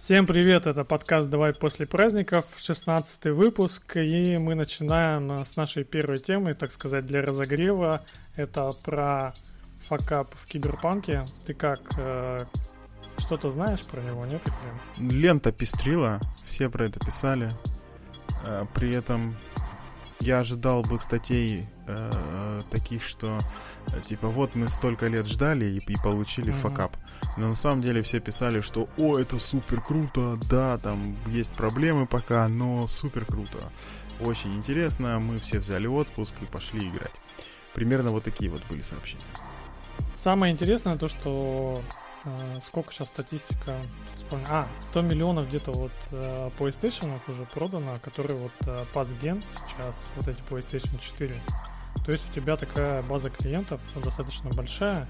Всем привет, это подкаст «Давай после праздников», 16-й выпуск, и мы начинаем с нашей первой темы, так сказать, для разогрева. Это про факап в Киберпанке. Ты как, что-то знаешь про него, нет, Ефрем? Лента пестрила, все про это писали. При этом я ожидал бы статей таких, что типа вот мы столько лет ждали и получили факап. Но на самом деле все писали, что о, это супер круто, да, там есть проблемы пока, но супер круто. Очень интересно, мы все взяли отпуск и пошли играть. Примерно вот такие вот были сообщения. Самое интересное то, что сколько сейчас статистика, 100 миллионов где-то вот PlayStation уже продано, которые вот под ген сейчас, вот эти PlayStation 4. То есть у тебя такая база клиентов достаточно большая,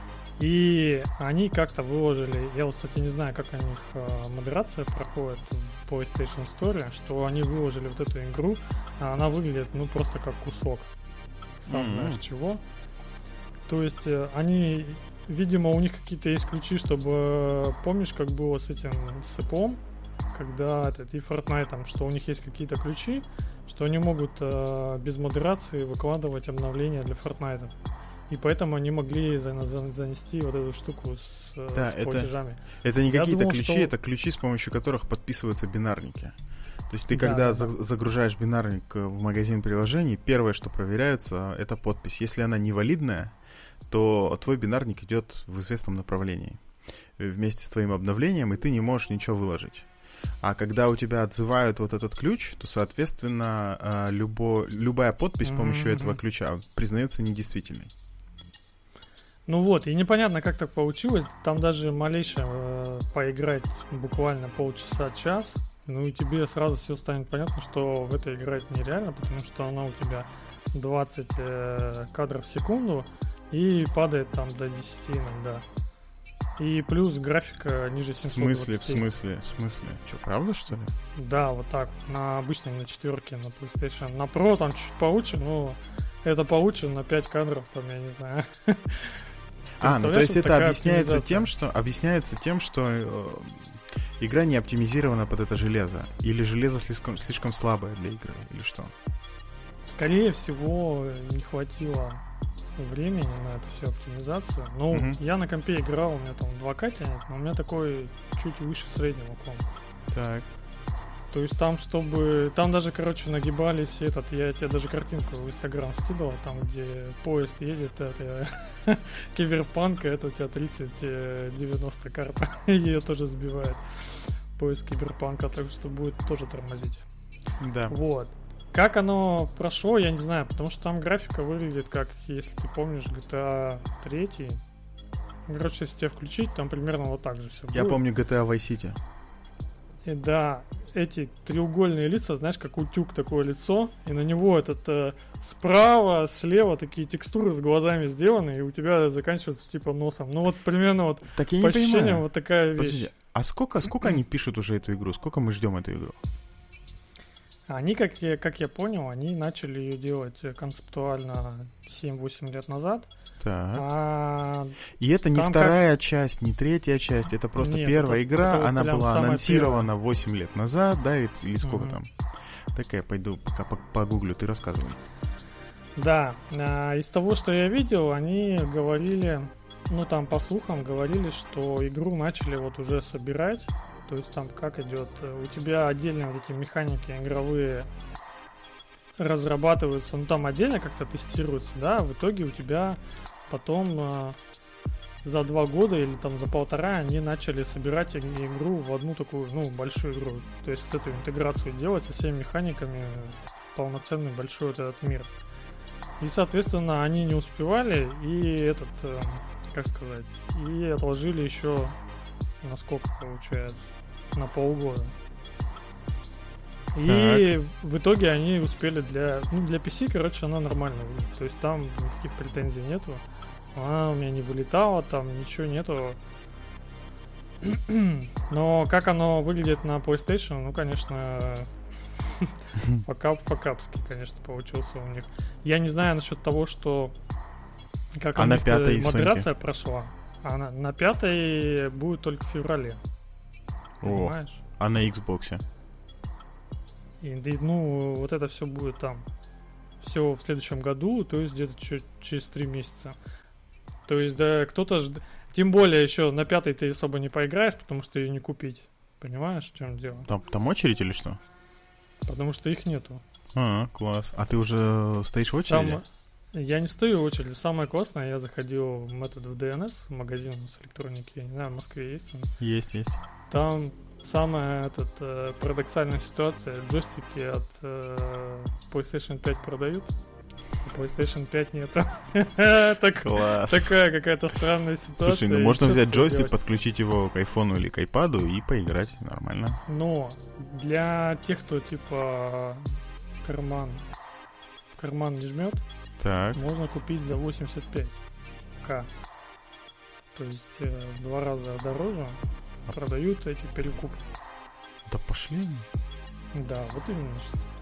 и они как-то выложили, я вот, кстати, не знаю, как у них модерация проходит в PlayStation Store, что они выложили вот эту игру, а она выглядит, ну, просто как кусок, сам знаешь чего. То есть они, видимо, у них какие-то есть ключи, чтобы, помнишь, как было с этим, с Apple, когда и Fortnite, что у них есть какие-то ключи, что они могут без модерации выкладывать обновления для Fortnite. И поэтому они могли занести вот эту штуку с платежами. Это не какие-то ключи, это ключи, с помощью которых подписываются бинарники. То есть ты, когда загружаешь бинарник в магазин приложений, первое, что проверяется, это подпись. Если она невалидная, то твой бинарник идет в известном направлении вместе с твоим обновлением, и ты не можешь ничего выложить. А когда у тебя отзывают вот этот ключ, то, соответственно, любая подпись с помощью этого ключа признается недействительной. Ну вот, и непонятно, как так получилось. Там даже малейшее поиграть буквально полчаса-час, ну и тебе сразу все станет понятно, что в это играть нереально, потому что она у тебя 20 кадров в секунду и падает там до 10 иногда. И плюс графика ниже 720. В смысле? Что, правда, что ли? Да, вот так. На обычной, на четверке, на PlayStation. На Pro там чуть получше, но это получше на 5 кадров, там, я не знаю. Ну то есть это объясняется тем, что игра не оптимизирована под это железо. Или железо слишком слабое для игры, или что? Скорее всего, не хватило времени на эту всю оптимизацию. Ну, я на компе играл, у меня там 2К тянет, но у меня такой чуть выше среднего комп. Так. То есть там, там даже, нагибались я тебе даже картинку в Инстаграм скидывал, там, где поезд едет, это Киберпанка, это у тебя 30-90 карта, ее тоже сбивает поезд Киберпанка, так что будет тоже тормозить. Да. Вот. Как оно прошло, я не знаю, потому что там графика выглядит как, если ты помнишь, GTA 3. Короче, если тебя включить, там примерно вот так же все будет. Я помню GTA Vice City. И да, эти треугольные лица, знаешь, как утюг такое лицо, и на него справа, слева такие текстуры с глазами сделаны, и у тебя заканчивается типа носом. Ну вот примерно вот так я по не ощущениям понимаю. Вот такая вещь. Подожди, а сколько они пишут уже эту игру? Сколько мы ждем эту игру? Они, как я понял, они начали ее делать концептуально 7-8 лет назад. Так. И это не вторая часть, не третья часть, это просто первая игра, она была анонсирована 8 лет назад, да, или сколько там? Так я пойду пока погуглю, ты рассказывай. Да, из того, что я видел, они говорили, ну там по слухам говорили, что игру начали вот уже собирать. То есть там как идет, у тебя отдельно вот эти механики игровые разрабатываются, ну там отдельно как-то тестируются, да, в итоге у тебя потом за 2 года или там за 1,5 они начали собирать игру в одну такую, ну, большую игру. То есть вот эту интеграцию делать со всеми механиками в полноценный большой вот этот мир. И, соответственно, они не успевали и и отложили еще на сколько получается? На полгода. И в итоге они успели для PC, короче, она нормально выглядит. То есть там никаких претензий нету. Она у меня не вылетала, там ничего нету. Но как оно выглядит на PlayStation, ну, конечно, факапский, конечно, получился у них. Я не знаю насчет того, что как у них модерация прошла. А на 5-й будет только в феврале. Понимаешь? А на Xbox? Ну, вот это все будет там. Все в следующем году, то есть где-то через 3 месяца. То есть, да, кто-то... Тем более еще на 5-й ты особо не поиграешь, потому что ее не купить. Понимаешь, в чем дело? Там очередь или что? Потому что их нету. Класс. А ты уже стоишь в очереди? Я не стою в очереди. Самое классное, я заходил в Method of DNS, в магазин с электроники. Я не знаю, в Москве есть он? Есть. Там самая парадоксальная ситуация. Джойстики от PlayStation 5 продают, а PlayStation 5 нету. Класс. Такая какая-то странная ситуация. Слушай, ну можно взять джойстик, подключить его к айфону или к айпаду и поиграть нормально. Но для тех, кто типа в карман не жмет, так. можно купить за 85к. То есть в 2 раза дороже продают эти перекупы. Да пошли. Да, вот именно.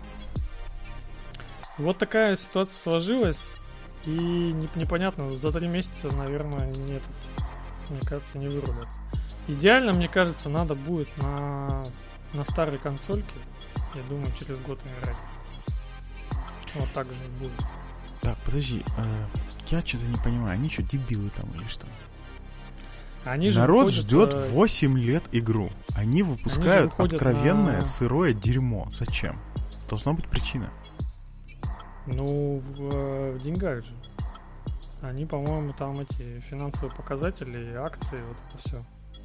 Вот такая ситуация сложилась. И непонятно, за 3 месяца, наверное, нет. Мне кажется, не вырубят. Идеально, мне кажется, надо будет на старой консольке. Я думаю, через год играть. Вот так же и будет. Так, подожди, я что-то не понимаю, они что, дебилы там или что? Народ ждет 8 лет игру. Они выпускают откровенное сырое дерьмо. Зачем? Должна быть причина. Ну, в деньгах же. Они, по-моему, там эти финансовые показатели, акции, вот это все.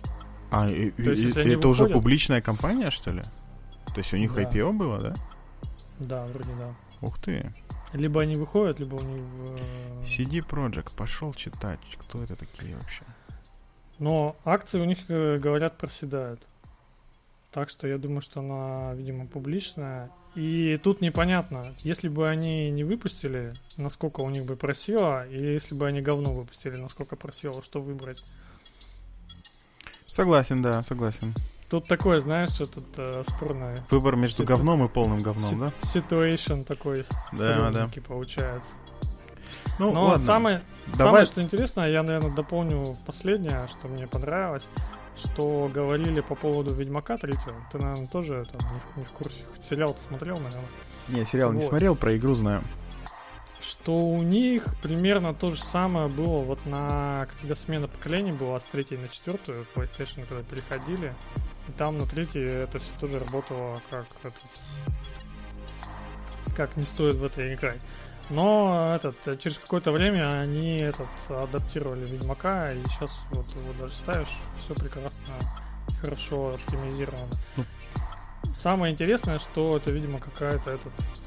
Это уже публичная компания, что ли? То есть у них IPO было, да? Да, вроде да. Ух ты. Либо они выходят, либо у них... CD Projekt, пошел читать, кто это такие вообще. Но акции у них, говорят, проседают. Так что я думаю, что она, видимо, публичная. И тут непонятно, если бы они не выпустили, насколько у них бы просело, и если бы они говно выпустили, насколько просело, что выбрать. Согласен, да, согласен. Тут такое, знаешь, что тут спорное. Выбор между говном и полным говном, да? Ситуэйшн такой, да. Получается. Ну, но ладно. Самое, что интересно, я, наверное, дополню последнее, что мне понравилось, что говорили по поводу Ведьмака 3-го. Ты, наверное, тоже там не в курсе. Сериал-то смотрел, наверное? Не, сериал не смотрел, про игру знаю. Что у них примерно то же самое было вот когда смена поколений была с 3-й на 4-ю PlayStation, когда переходили. И там на 3-й это все тоже работало как не стоит в это играть. Но через какое-то время они адаптировали Ведьмака, и сейчас вот его даже ставишь, все прекрасно, хорошо оптимизировано. Самое интересное, что это, видимо, какая-то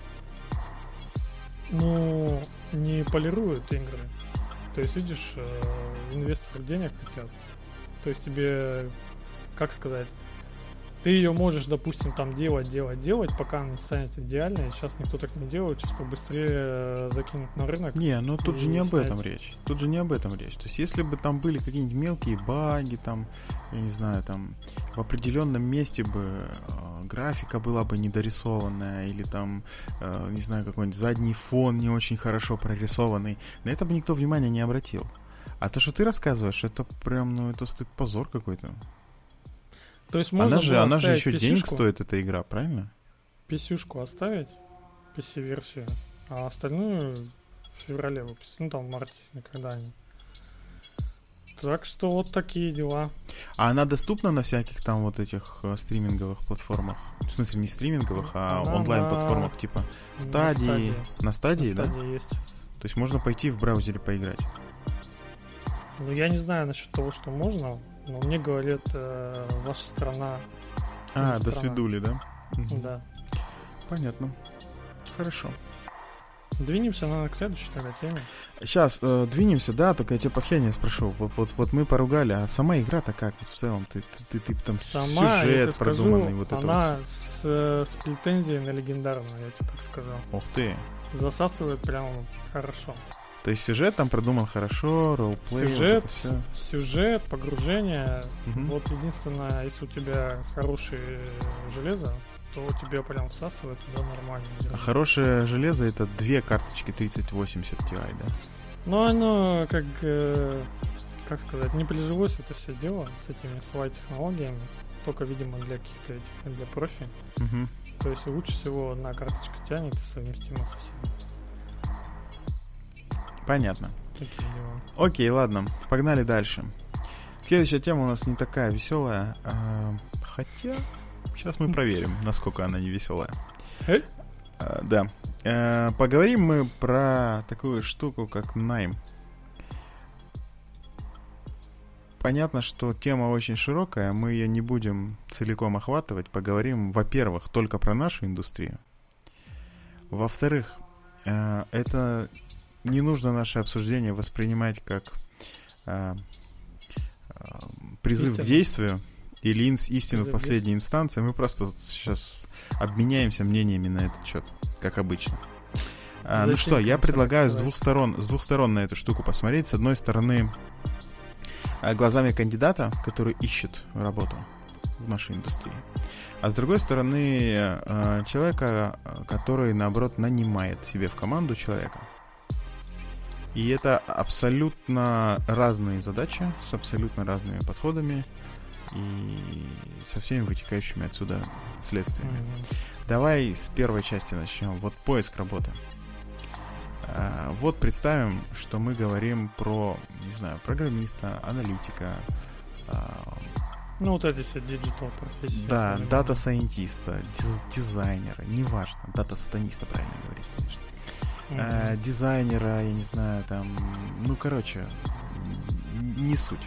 не полирует игры. То есть, видишь, инвесторы денег хотят. То есть тебе, как сказать, ты ее можешь, допустим, там делать, пока она не станет идеальной. Сейчас никто так не делает, сейчас побыстрее закинуть на рынок. Не, ну тут же не об этом речь. То есть, если бы там были какие-нибудь мелкие баги, там, я не знаю, там, в определенном месте бы графика была бы недорисованная, или там, не знаю, какой-нибудь задний фон не очень хорошо прорисованный, на это бы никто внимания не обратил. А то, что ты рассказываешь, это прям, это стыд-позор какой-то. То есть можно она же еще денег стоит, эта игра, правильно? PC-шку оставить, PC-версию, а остальную в феврале выпустить. Ну, там в марте, когда-нибудь. Так что вот такие дела. А она доступна на всяких там вот этих стриминговых платформах? В смысле, не стриминговых, а онлайн-платформах типа Стадии? На Стадии, да? Есть. То есть можно пойти в браузере поиграть? Ну, я не знаю насчет того, что можно, но мне говорят, ваша страна... до свидули, да? Да. Понятно. Хорошо. Двинемся, наверное, к следующей тогда теме. Сейчас двинемся, да, только я тебя последнее спрошу. Вот мы поругали, а сама игра-то как вот в целом? Ты там сюжет продуманный, вот это она с претензией на легендарную, я тебе так сказал. Ух ты. Засасывает прямо хорошо. То есть сюжет там продуман хорошо, роллплей, сюжет, погружение. Вот единственное, если у тебя хорошее железо, то тебе прям всасывает туда нормально. А хорошее железо — это 2 карточки 3080 Ti, да? Ну, оно как сказать, не прижилось это все дело с этими SWI-технологиями, только, видимо, для каких-то этих, для профи. Угу. То есть лучше всего одна карточка тянет и совместима со всеми. Понятно. Такие дела. Окей, ладно, погнали дальше. Следующая тема у нас не такая веселая, хотя сейчас мы проверим, насколько она не веселая. Да. Поговорим мы про такую штуку, как найм. Понятно, что тема очень широкая, мы ее не будем целиком охватывать. Поговорим, во-первых, только про нашу индустрию. Во-вторых, это не нужно наше обсуждение воспринимать как призыв к действию или истину в последней инстанции. Мы просто сейчас обменяемся мнениями на этот счет, как обычно. Ну что, я предлагаю с двух сторон на эту штуку посмотреть. С одной стороны, глазами кандидата, который ищет работу в нашей индустрии. А с другой стороны, человека, который, наоборот, нанимает себе в команду человека. И это абсолютно разные задачи с абсолютно разными подходами и со всеми вытекающими отсюда следствиями. Давай с первой части начнем. Вот поиск работы. Вот представим, что мы говорим про, не знаю, программиста, аналитика. Ну, вот эти все диджитал профессии. Да, дата-сайентиста, дизайнера, неважно. Дата-сатаниста, правильно говорить, конечно. Дизайнера, я не знаю, там... Ну, короче, не суть.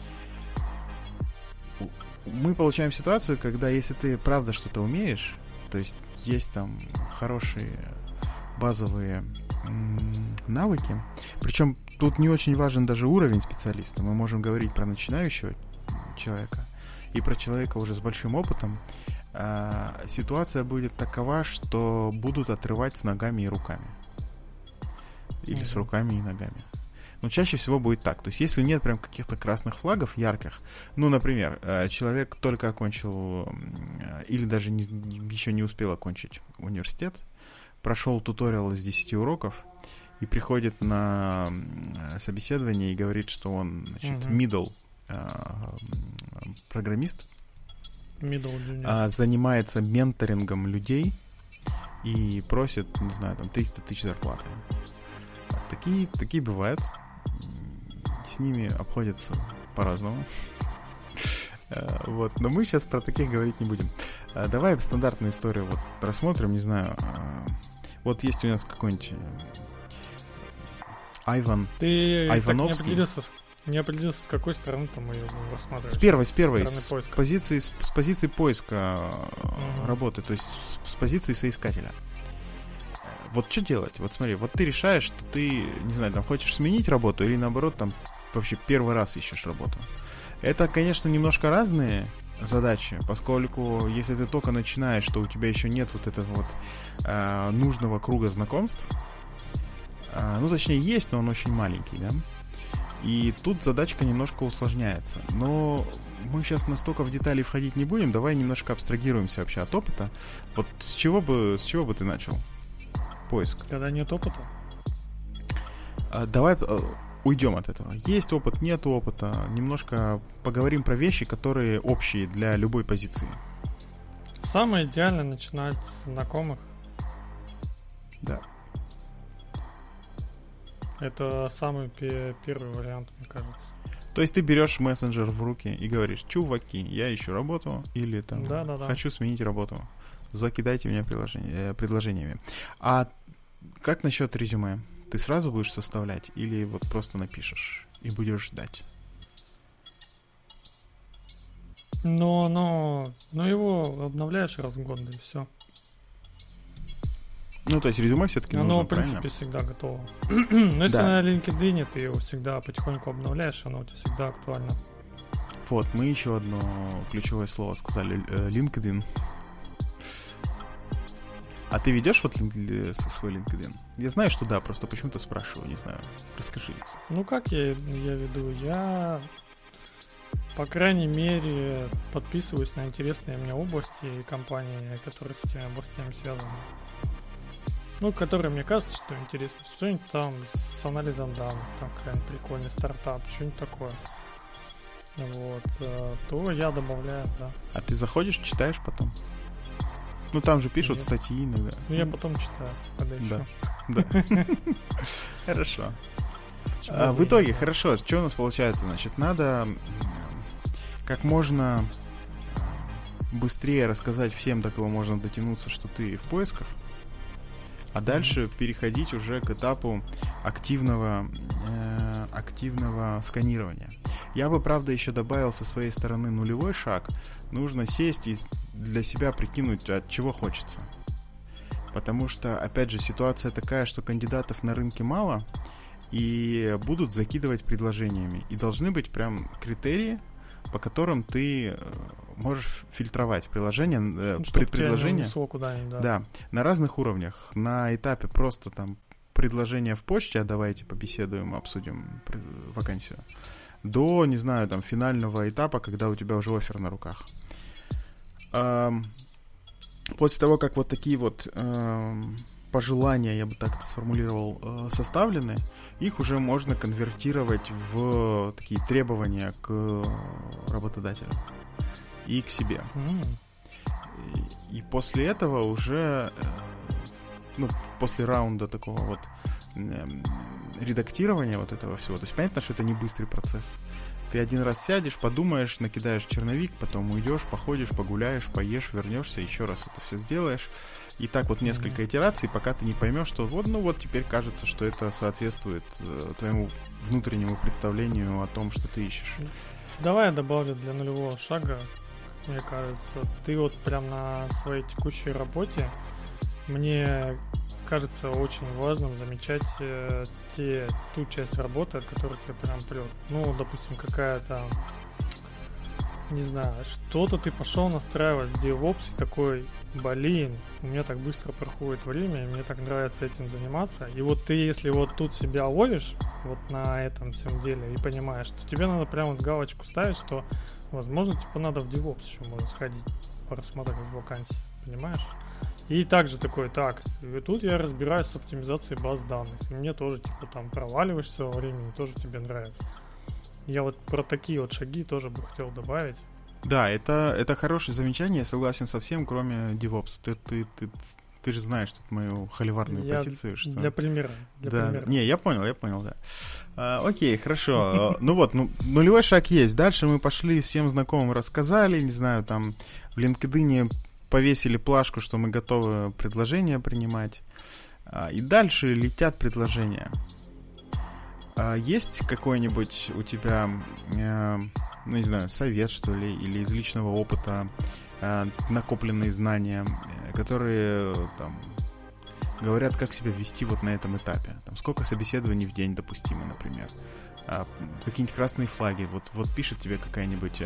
Мы получаем ситуацию, когда если ты правда что-то умеешь, то есть там хорошие базовые навыки, причем тут не очень важен даже уровень специалиста. Мы можем говорить про начинающего человека и про человека уже с большим опытом. Ситуация будет такова, что будут отрывать с ногами и руками. Или с руками и ногами. Но чаще всего будет так. То есть, если нет прям каких-то красных флагов ярких, ну, например, человек только окончил или даже еще не успел окончить университет, прошел туториал из 10 уроков и приходит на собеседование и говорит, что он, значит, middle программист, занимается менторингом людей и просит, не знаю, там 300 тысяч зарплаты. Такие бывают. С ними обходятся по-разному. Вот. Но мы сейчас про таких говорить не будем. Давай стандартную историю вот рассмотрим, не знаю. Вот есть у нас какой-нибудь Айвановский. Ты не определился, с какой стороны там мы его рассматриваем. С первой. С позиции поиска работы, то есть с позиции соискателя. Вот что делать? Вот смотри, вот ты решаешь, что ты, не знаю, там хочешь сменить работу или наоборот там вообще первый раз ищешь работу. Это, конечно, немножко разные задачи, поскольку если ты только начинаешь, что у тебя еще нет вот этого вот нужного круга знакомств, ну, точнее, есть, но он очень маленький, да? И тут задачка немножко усложняется. Но мы сейчас настолько в детали входить не будем, давай немножко абстрагируемся вообще от опыта. Вот с чего бы ты начал? Поиск. Когда нет опыта? Давай уйдем от этого. Есть опыт, нет опыта. Немножко поговорим про вещи, которые общие для любой позиции. Самое идеальное начинать с знакомых. Да. Это самый первый вариант, мне кажется. То есть ты берешь мессенджер в руки и говоришь: чуваки, я ищу работу, или там хочу сменить работу. Закидайте меня предложениями. А как насчет резюме? Ты сразу будешь составлять или вот просто напишешь и будешь ждать? Но его обновляешь раз в год, да и все. Ну, то есть резюме все-таки нужно, оно, в принципе, правильно? всегда готово. Но если на LinkedIn ты его всегда потихоньку обновляешь, оно у тебя всегда актуально. Вот, мы еще одно ключевое слово сказали. LinkedIn. А ты ведешь вот свой LinkedIn? Я знаю, что да, просто почему-то спрашиваю, не знаю. Расскажи. Ну, как я веду? Я, по крайней мере, подписываюсь на интересные мне области и компании, которые с этими областями связаны. Ну, которые мне кажется, что интересно. Что-нибудь там с анализом данных, там какой-нибудь прикольный стартап, что-нибудь такое. Вот, то я добавляю, да. А ты заходишь, читаешь потом? Ну, там же пишут статьи иногда. Ну, я потом читаю, когда еще. Да. Хорошо. В итоге, хорошо, что у нас получается? Значит, надо как можно быстрее рассказать всем, до кого можно дотянуться, что ты в поисках, а дальше переходить уже к этапу активного сканирования. Я бы, правда, еще добавил со своей стороны нулевой шаг. Нужно сесть и для себя прикинуть, от чего хочется. Потому что, опять же, ситуация такая, что кандидатов на рынке мало, и будут закидывать предложениями. И должны быть прям критерии, по которым ты можешь фильтровать предложения, предложения. Да, на разных уровнях. На этапе просто там предложение в почте, а давайте побеседуем, обсудим вакансию, до, не знаю, там финального этапа, когда у тебя уже оффер на руках. После того, как вот такие вот пожелания, я бы так это сформулировал, составлены, их уже можно конвертировать в такие требования к работодателю и к себе. И после этого уже, после раунда такого вот редактирования вот этого всего, то есть понятно, что это не быстрый процесс. Ты один раз сядешь, подумаешь, накидаешь черновик, потом уйдешь, походишь, погуляешь, поешь, вернешься, еще раз это все сделаешь. И так вот несколько итераций, пока ты не поймешь, что вот теперь кажется, что это соответствует твоему внутреннему представлению о том, что ты ищешь. Давай я добавлю для нулевого шага. Мне кажется, ты вот прям на своей текущей работе, мне кажется очень важным замечать ту часть работы, от которой тебе прям прет. Ну, допустим, какая-то, не знаю, что-то ты пошел настраивать в DevOps и такой, блин, у меня так быстро проходит время, и мне так нравится этим заниматься. И вот ты, если вот тут себя ловишь, вот на этом всем деле, и понимаешь, что тебе надо прям вот галочку ставить, что, возможно, типа надо в DevOps еще можно сходить, порассмотреть вакансии, понимаешь? И также такой, и тут я разбираюсь с оптимизацией баз данных. И мне тоже, типа, там проваливаешься во времени, тоже тебе нравится. Я вот про такие вот шаги тоже бы хотел добавить. Да, это хорошее замечание, я согласен со всем, кроме DevOps. Ты же знаешь тут мою холиварную позицию. Что... Для примера. Не, я понял, да. Окей, хорошо. Нулевой шаг есть. Дальше мы пошли, всем знакомым рассказали, не знаю, там в LinkedIn повесили плашку, что мы готовы предложения принимать. И дальше летят предложения. Есть какой-нибудь у тебя, не знаю, совет, что ли, или из личного опыта накопленные знания, которые там говорят, как себя вести вот на этом этапе? Там, сколько собеседований в день допустимо, например? Какие-нибудь красные флаги. Вот пишет тебе какая-нибудь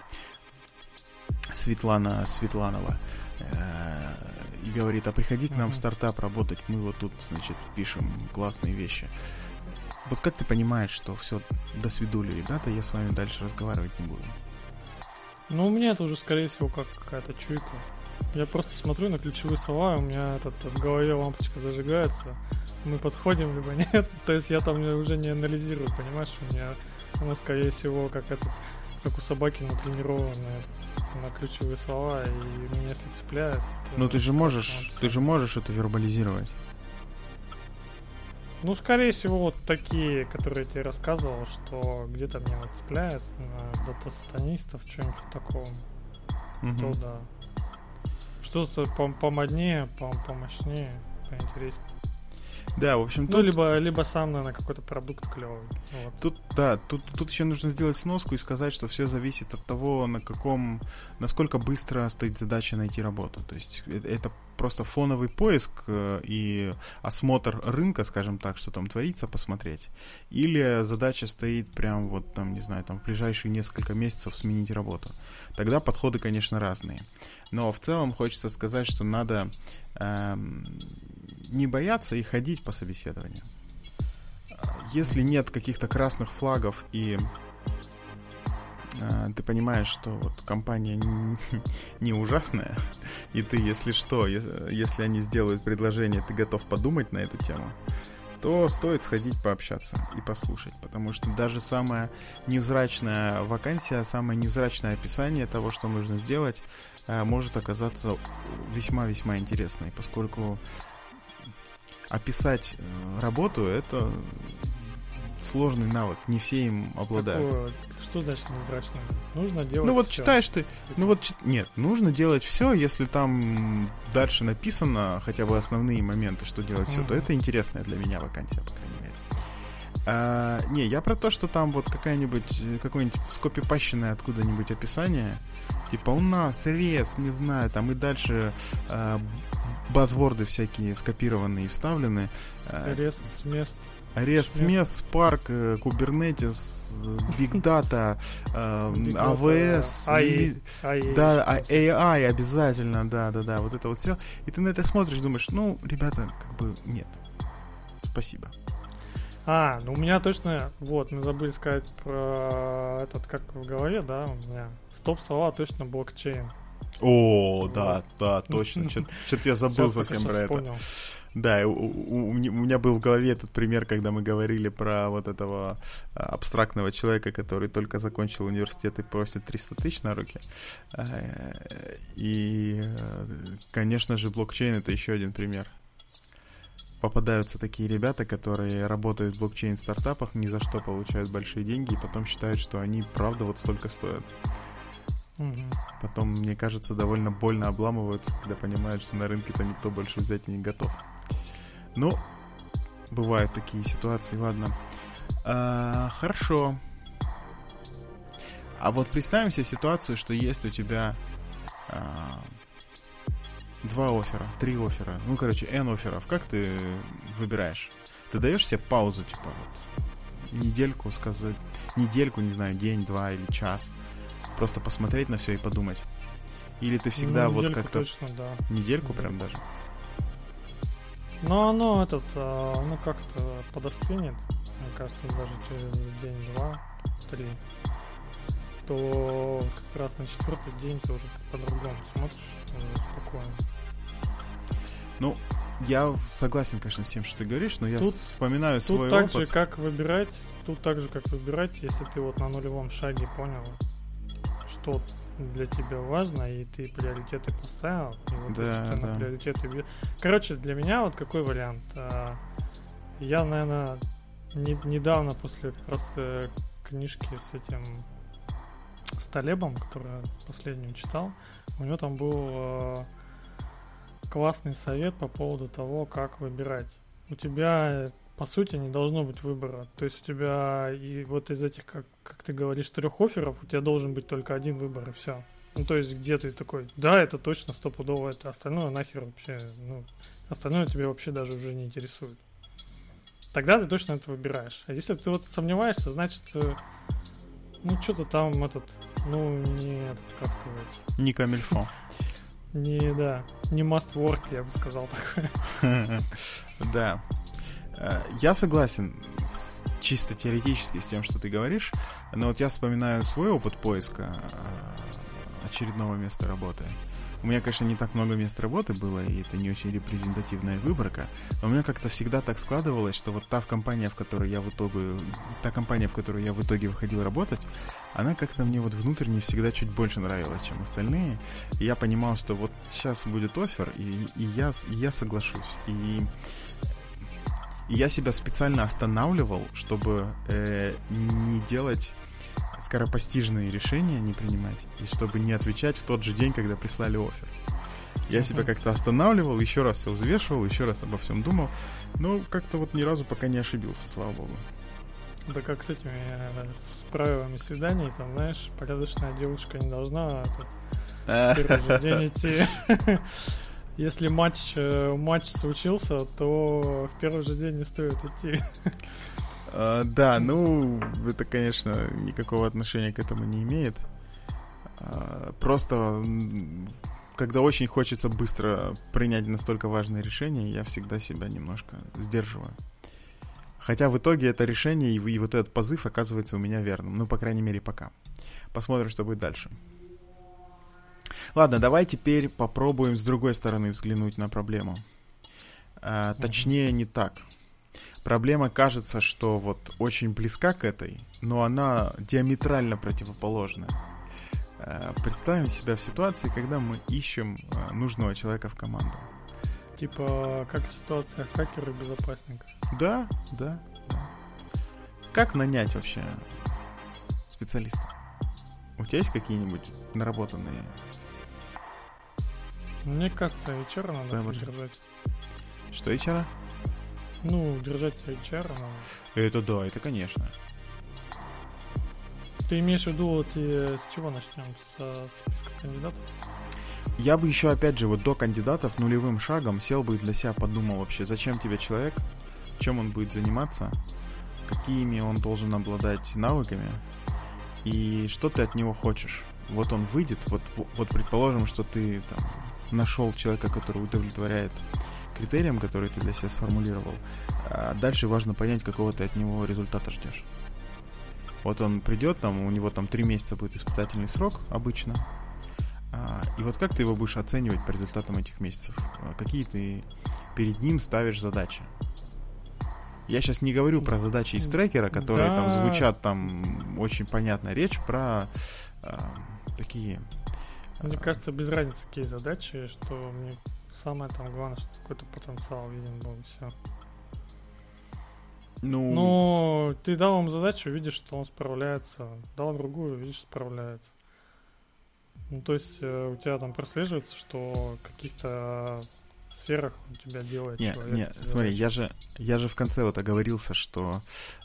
Светланова и говорит, приходи к нам в стартап работать, мы вот тут, значит, пишем классные вещи. Вот как ты понимаешь, что все, до свидули, ребята, я с вами дальше разговаривать не буду? Ну, у меня это уже, скорее всего, как какая-то чуйка. Я просто смотрю на ключевые слова, у меня в голове лампочка зажигается, мы подходим, либо нет. То есть я там уже не анализирую, понимаешь? У меня она, скорее всего, как у собаки натренированная на ключевые слова, и меня если цепляет... Ну, ты же можешь это вербализировать. Ну, скорее всего, вот такие, которые я тебе рассказывал, что где-то меня вот цепляет на дата-сатанистов, что-нибудь такого. То да. Что-то помоднее, помощнее, поинтереснее. Да, в общем, тут... либо сам, наверное, какой-то продукт клевый. Вот. Тут еще нужно сделать сноску и сказать, что все зависит от того, насколько быстро стоит задача найти работу. То есть это просто фоновый поиск и осмотр рынка, скажем так, что там творится, посмотреть. Или задача стоит прям вот там, не знаю, там в ближайшие несколько месяцев сменить работу. Тогда подходы, конечно, разные. Но в целом хочется сказать, что надо не бояться и ходить по собеседованию. Если нет каких-то красных флагов и ты понимаешь, что вот компания не ужасная, и ты, если что, если они сделают предложение, ты готов подумать на эту тему, то стоит сходить пообщаться и послушать, потому что даже самая невзрачная вакансия, самое невзрачное описание того, что нужно сделать, может оказаться весьма-весьма интересной, поскольку описать работу — это сложный навык, не все им обладают. Что значит невзрачно? Нужно делать Ну вот всё. читаешь ты, нет, нужно делать все, если там дальше написано хотя бы основные моменты, что делать все, то это интересная для меня вакансия, по крайней мере. Не, я про то, что там вот какое-нибудь скопипащенное откуда-нибудь описание, типа у нас REST, не знаю, там и дальше базворды всякие скопированные и вставлены. REST с мест. REST с мест, Spark, Kubernetes, Big Data, AWS, да, AI обязательно, да, вот это вот все. И ты на это смотришь, думаешь, ну, ребята, как бы нет. Спасибо. Ну у меня точно, вот, мы забыли сказать про этот, как в голове, да, у меня стоп-слова точно блокчейн. О, да, точно. Что-то я забыл совсем про это. Вспомнил. Да, у меня был в голове этот пример, когда мы говорили про вот этого абстрактного человека, который только закончил университет и просит 300 тысяч на руки. И, конечно же, блокчейн — это еще один пример. Попадаются такие ребята, которые работают в блокчейн-стартапах, ни за что получают большие деньги, и потом считают, что они правда вот столько стоят. Потом, мне кажется, довольно больно обламываются, когда понимают, что на рынке-то никто больше взять и не готов. Ну, бывают такие ситуации, ладно. Хорошо. А вот представим себе ситуацию, что есть у тебя 2 оффера, 3 оффера, ну, короче, N офферов. Как ты выбираешь? Ты даешь себе паузу, типа, вот, недельку, не знаю, день, 2 или час, просто посмотреть на все и подумать? Или ты всегда вот как-то... Точно, да. Недельку прям даже? Но оно как-то подостынет, мне кажется, даже через день, 2, 3, то как раз на 4-й день ты уже по-другому смотришь, спокойно. Ну, я согласен, конечно, с тем, что ты говоришь, но я вспоминаю свой опыт. Тут так же, как выбирать, если ты вот на нулевом шаге понял, что для тебя важно, и ты приоритеты поставил, и вот на приоритеты... Короче, для меня вот какой вариант? Я, наверное, недавно после как раз книжки с Талебом, которую я последнюю читал, у него там был классный совет по поводу того, как выбирать. У тебя, по сути, не должно быть выбора. То есть у тебя и вот из этих, как ты говоришь, 3 офферов, у тебя должен быть только один выбор, и все. Ну, то есть где ты такой, да, это точно стопудово, это остальное нахер вообще, остальное тебя вообще даже уже не интересует. Тогда ты точно это выбираешь. А если ты вот сомневаешься, значит, что-то там не как сказать... Не камильфо. Не must work, я бы сказал такое. Да. Я согласен чисто теоретически с тем, что ты говоришь, но вот я вспоминаю свой опыт поиска очередного места работы. У меня, конечно, не так много мест работы было, и это не очень репрезентативная выборка, но у меня как-то всегда так складывалось, что вот та компания, в которой я в итоге выходил работать, она как-то мне вот внутренне всегда чуть больше нравилась, чем остальные. И я понимал, что вот сейчас будет оффер, и я соглашусь. И я себя специально останавливал, чтобы не делать скоропостижные решения, не принимать, и чтобы не отвечать в тот же день, когда прислали оффер. Я себя как-то останавливал, еще раз все взвешивал, еще раз обо всем думал, но как-то вот ни разу пока не ошибился, слава богу. Да как с этими с правилами свиданий, там, знаешь, порядочная девушка не должна в первый же день идти. Если матч случился, то в первый же день не стоит идти. Да, это, конечно, никакого отношения к этому не имеет. Просто, когда очень хочется быстро принять настолько важное решение, я всегда себя немножко сдерживаю. Хотя в итоге это решение и вот этот позыв оказывается у меня верным. Ну, по крайней мере, пока. Посмотрим, что будет дальше. Ладно, давай теперь попробуем с другой стороны взглянуть на проблему. Точнее, не так. Проблема кажется, что вот очень близка к этой, но она диаметрально противоположная. Представим себя в ситуации, когда мы ищем нужного человека в команду. Типа, как ситуация хакера и безопасника. Да. Как нанять вообще специалиста? У тебя есть какие-нибудь наработанные? Мне кажется, HR надо держать. Что HR? Ну, держать HR надо. Это да, это конечно. Ты имеешь в виду, вот с чего начнем? С списка кандидатов? Я бы еще, опять же, вот до кандидатов нулевым шагом сел бы и для себя подумал вообще, зачем тебе человек, чем он будет заниматься, какими он должен обладать навыками и что ты от него хочешь. Вот он выйдет, вот предположим, что ты там нашел человека, который удовлетворяет критериям, которые ты для себя сформулировал. А дальше важно понять, какого ты от него результата ждешь. Вот он придет, там, у него там 3 месяца будет испытательный срок обычно. И вот как ты его будешь оценивать по результатам этих месяцев? Какие ты перед ним ставишь задачи? Я сейчас не говорю про задачи из трекера, которые там звучат там очень понятно. Речь про такие... Мне кажется, без разницы, какие задачи, что мне самое там главное, что какой-то потенциал виден был, и все. Ну, ты дал ему задачу, видишь, что он справляется. Дал другую, видишь, справляется. Ну, то есть у тебя там прослеживается, что в каких-то сферах у тебя делает человек. Нет, смотри, я же в конце вот оговорился, что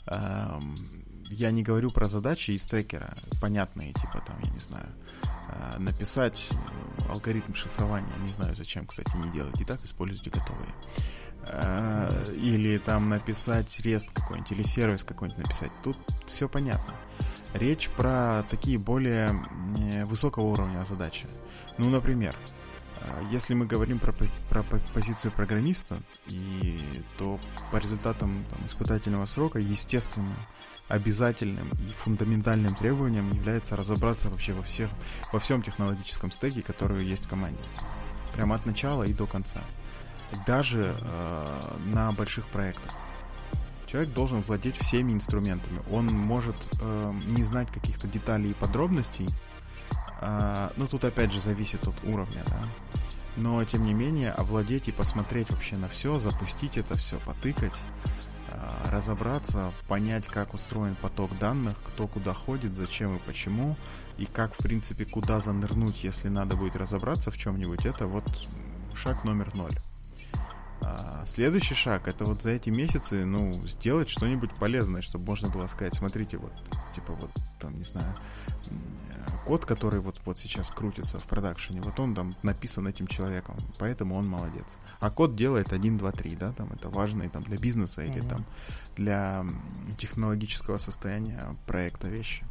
я не говорю про задачи из трекера, понятные, типа там, я не знаю, написать алгоритм шифрования, не знаю зачем, кстати, не делать, и так используйте готовые. Или там написать REST какой-нибудь, или сервис какой-нибудь написать. Тут все понятно. Речь про такие более высокого уровня задачи. Ну, например, если мы говорим про позицию программиста, то по результатам там, испытательного срока, естественным, обязательным и фундаментальным требованием является разобраться вообще во всем технологическом стеке, который есть в команде. Прямо от начала и до конца. Даже на больших проектах. Человек должен владеть всеми инструментами. Он может не знать каких-то деталей и подробностей. Но тут опять же зависит от уровня, да? Но тем не менее овладеть и посмотреть вообще на все, запустить это все, потыкать, разобраться, понять, как устроен поток данных, кто куда ходит, зачем и почему, и как, в принципе, куда занырнуть, если надо будет разобраться в чем-нибудь, это вот шаг номер 0. Следующий шаг — это вот за эти месяцы, ну, сделать что-нибудь полезное, чтобы можно было сказать, смотрите, вот, типа вот, там, не знаю, код, который вот сейчас крутится в продакшене, вот он там написан этим человеком, поэтому он молодец. А код делает 1, 2, 3, да, там, это важные там для бизнеса или там для технологического состояния проекта вещи.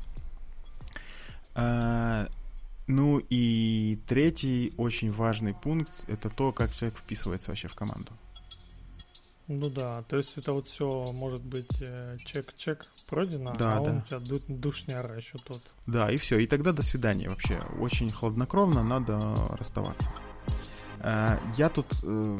Ну и третий очень важный пункт — это то, как человек вписывается вообще в команду. Ну да, то есть это вот все может быть чек-чек пройдено, да, он у тебя душняра еще тот. Да, и все, и тогда до свидания вообще. Очень хладнокровно надо расставаться. Я тут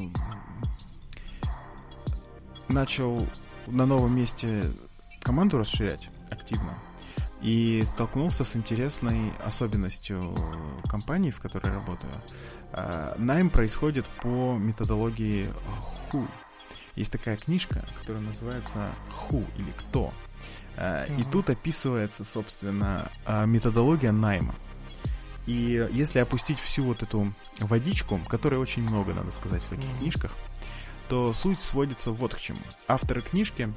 начал на новом месте команду расширять активно. И столкнулся с интересной особенностью компании, в которой работаю. Найм происходит по методологии Who. Есть такая книжка, которая называется Who или Кто. И тут описывается, собственно, методология найма. И если опустить всю вот эту водичку, которой очень много, надо сказать, в таких книжках, то суть сводится вот к чему. Авторы книжки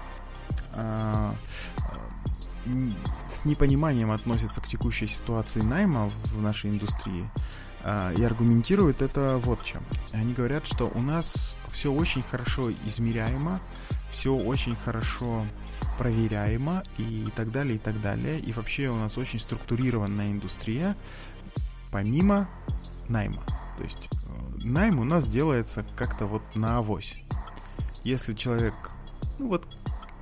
с непониманием относятся к текущей ситуации найма в нашей индустрии и аргументируют это вот чем. Они говорят, что у нас все очень хорошо измеряемо, все очень хорошо проверяемо и так далее, и так далее. И вообще у нас очень структурированная индустрия помимо найма. То есть найм у нас делается как-то вот на авось. Если человек, ну вот,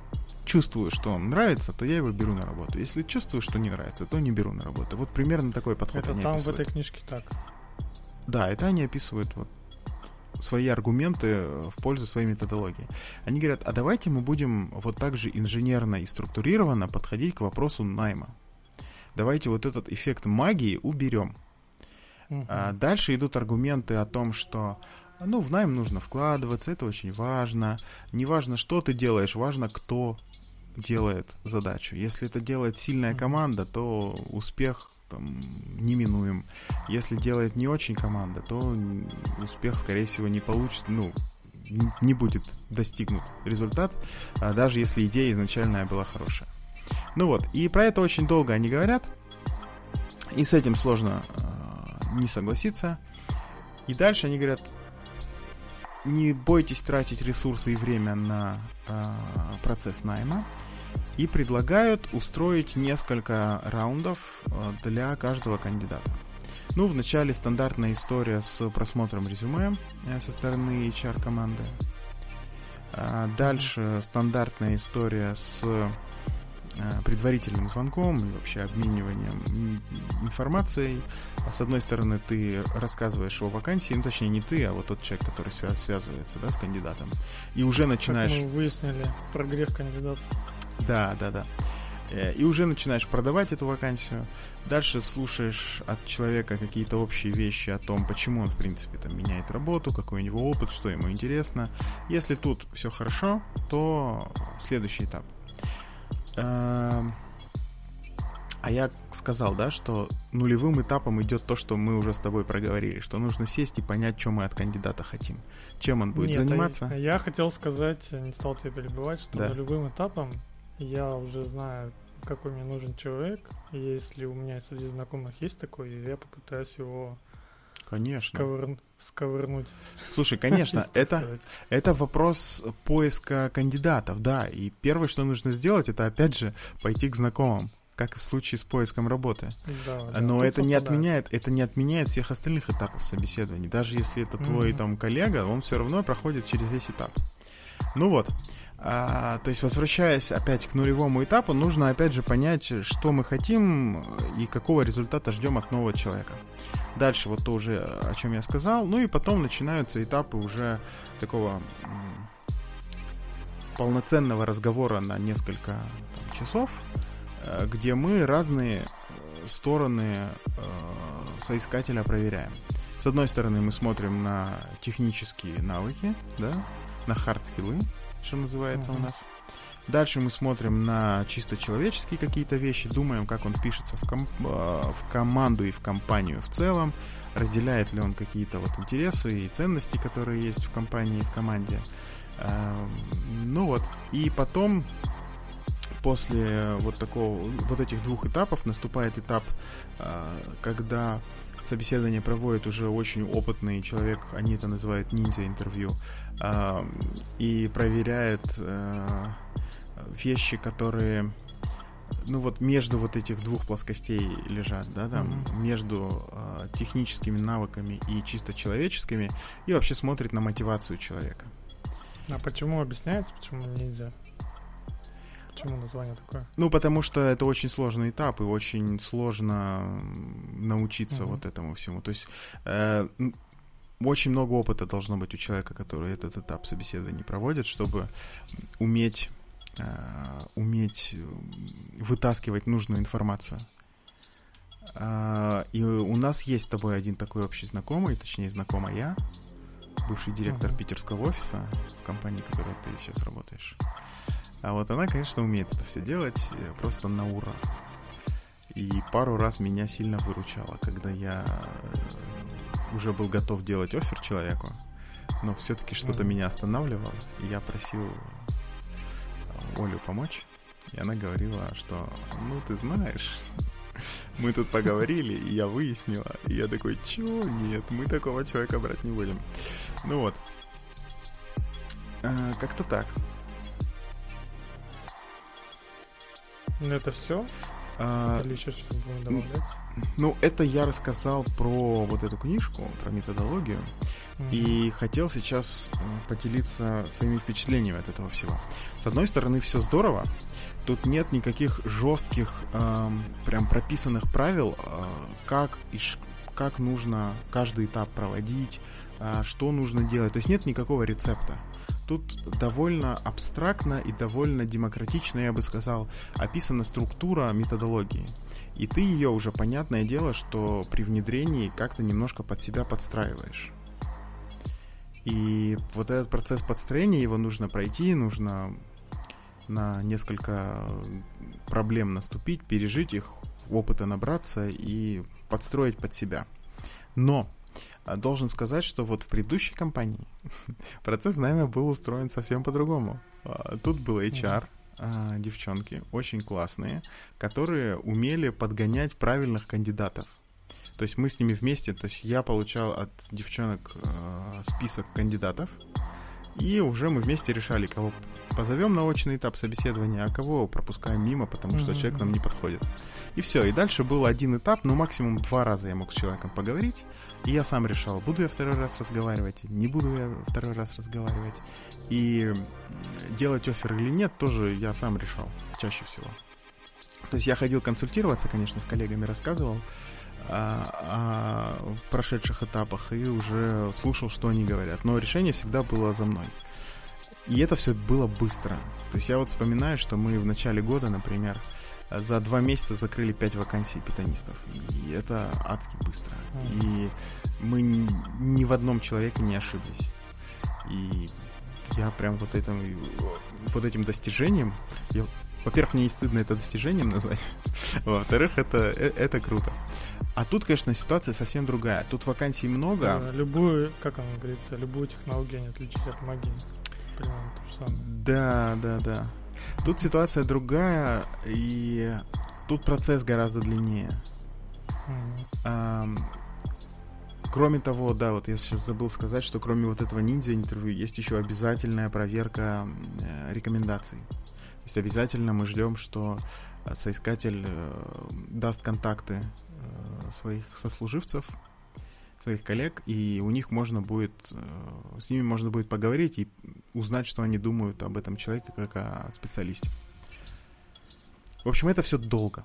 чувствую, что он нравится, то я его беру на работу. Если чувствую, что не нравится, то не беру на работу. Вот примерно такой подход это они там описывают. в этой книжке так. Да, это они описывают вот свои аргументы в пользу своей методологии. Они говорят, а давайте мы будем вот так же инженерно и структурированно подходить к вопросу найма. Давайте вот этот эффект магии уберем. А дальше идут аргументы о том, что в найм нужно вкладываться, это очень важно. Не важно, что ты делаешь, важно, кто делает задачу. Если это делает сильная команда, то успех там неминуем. Если делает не очень команда, то успех, скорее всего, не получится, не будет достигнут результат, даже если идея изначальная была хорошая. И про это очень долго они говорят, и с этим сложно не согласиться. И дальше они говорят, не бойтесь тратить ресурсы и время на процесс найма, и предлагают устроить несколько раундов для каждого кандидата. Вначале стандартная история с просмотром резюме со стороны HR-команды. Дальше стандартная история с предварительным звонком и вообще обмениванием информацией. С одной стороны, ты рассказываешь о вакансии, точнее не ты, а вот тот человек, который связывается, с кандидатом. И уже начинаешь... Как мы выяснили, прогрев кандидата. Да. И уже начинаешь продавать эту вакансию. Дальше слушаешь от человека какие-то общие вещи о том, почему он, в принципе, меняет работу, какой у него опыт, что ему интересно. Если тут все хорошо, то следующий этап. А я сказал, что нулевым этапом идет то, что мы уже с тобой проговорили, что нужно сесть и понять, что мы от кандидата хотим, чем он будет заниматься. Я хотел сказать, не стал тебя перебивать, что нулевым этапом я уже знаю, какой мне нужен человек, и если у меня среди знакомых есть такой, я попытаюсь его сковырнуть. Слушай, конечно, это вопрос поиска кандидатов, да, и первое, что нужно сделать, это опять же пойти к знакомым, как и в случае с поиском работы. Но это не отменяет всех остальных этапов собеседований. Даже если это твой коллега, он все равно проходит через весь этап. То есть, возвращаясь опять к нулевому этапу, нужно опять же понять, что мы хотим и какого результата ждем от нового человека. Дальше то уже, о чем я сказал. И потом начинаются этапы уже такого полноценного разговора на несколько часов, где мы разные стороны соискателя проверяем. С одной стороны, мы смотрим на технические навыки, на хард-скиллы, что называется у нас. Дальше мы смотрим на чисто человеческие какие-то вещи, думаем, как он впишется в команду и в компанию в целом, разделяет ли он какие-то интересы и ценности, которые есть в компании и в команде. И потом, после этих двух этапов, наступает этап, когда собеседование проводит уже очень опытный человек, они это называют ниндзя-интервью, и проверяет вещи, которые между этих двух плоскостей лежат, между техническими навыками и чисто человеческими, и вообще смотрит на мотивацию человека. А почему объясняется, почему ниндзя? Почему название такое? Потому что это очень сложный этап, и очень сложно научиться этому всему. То есть очень много опыта должно быть у человека, который этот этап собеседования проводит, чтобы уметь вытаскивать нужную информацию. И у нас есть с тобой один такой общий знакомый, точнее знакомая, бывший директор питерского офиса в компании, в которой ты сейчас работаешь. А она, конечно, умеет это все делать просто на ура. И пару раз меня сильно выручало, когда я уже был готов делать оффер человеку, но все-таки что-то меня останавливало, и я просил Олю помочь, и она говорила, что, ты знаешь, мы тут поговорили, и я выяснила, и я такой, чё, нет, мы такого человека брать не будем. Как-то так. Это все? Или еще что-то будем добавлять? Ну, это я рассказал про вот эту книжку, про методологию, и хотел сейчас поделиться своими впечатлениями от этого всего. С одной стороны, все здорово, тут нет никаких жестких, прям прописанных правил, как нужно каждый этап проводить, что нужно делать, то есть нет никакого рецепта. Тут довольно абстрактно и довольно демократично, я бы сказал, описана структура методологии. И ты ее уже, понятное дело, что при внедрении как-то немножко под себя подстраиваешь. И вот этот процесс подстроения, его нужно пройти, нужно на несколько проблем наступить, пережить их, опыта набраться и подстроить под себя. Но должен сказать, что вот в предыдущей компании процесс найма был устроен совсем по-другому. Тут был HR, девчонки, очень классные, которые умели подгонять правильных кандидатов. То есть мы с ними вместе, то есть я получал от девчонок список кандидатов, и уже мы вместе решали, кого позовем на очный этап собеседования, а кого пропускаем мимо, потому что человек нам не подходит. И все, и дальше был один этап, ну максимум 2 раза я мог с человеком поговорить, и я сам решал, буду я второй раз разговаривать, не буду я второй раз разговаривать. И делать оффер или нет, тоже я сам решал, чаще всего. То есть я ходил консультироваться, конечно, с коллегами, рассказывал о прошедших этапах и уже слушал, что они говорят. Но решение всегда было за мной. И это все было быстро. То есть я вот вспоминаю, что мы в начале года, например, за 2 месяца закрыли 5 вакансий питонистов. И это адски быстро. И мы ни в одном человеке не ошиблись. И я прям вот этим достижением... Во-первых, мне не стыдно это достижением назвать. Во-вторых, это круто. А тут, конечно, ситуация совсем другая. Тут вакансий много. Любую, как оно говорится, любую технологию не отличить от магии. Примерно то же самое. Да. Тут ситуация другая, и тут процесс гораздо длиннее. Кроме того, да, вот я сейчас забыл сказать, что кроме вот этого ниндзя-интервью есть еще обязательная проверка рекомендаций. То есть обязательно мы ждем, что соискатель даст контакты своих сослуживцев, своих коллег, и у них можно будет, с ними можно будет поговорить и узнать, что они думают об этом человеке как о специалисте. В общем, это все долго.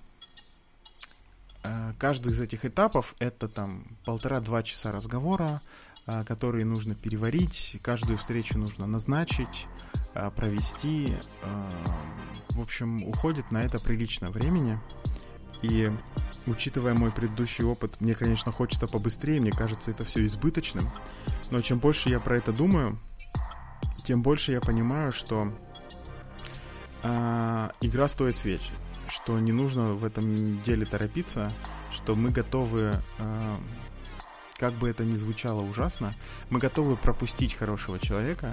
Каждый из этих этапов — это там 1,5-2 часа разговора, которые нужно переварить, каждую встречу нужно назначить, провести. В общем, уходит на это прилично времени. И учитывая мой предыдущий опыт, мне, конечно, хочется побыстрее, мне кажется, это все избыточным. Но чем больше я про это думаю, тем больше я понимаю, что игра стоит свеч, что не нужно в этом деле торопиться, что мы готовы, как бы это ни звучало ужасно, мы готовы пропустить хорошего человека,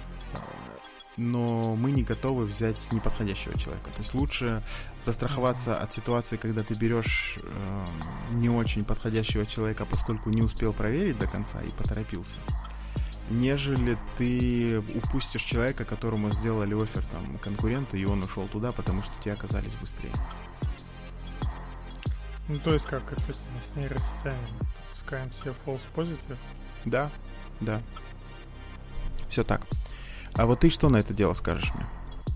но мы не готовы взять неподходящего человека. То есть лучше застраховаться от ситуации, когда ты берешь не очень подходящего человека, поскольку не успел проверить до конца и поторопился, нежели ты упустишь человека, которому сделали оффер там конкуренты, и он ушел туда, потому что те оказались быстрее. Ну, то есть, как с нейросетями, пускаем все false positive. Да. Все так. А вот ты что на это дело скажешь мне?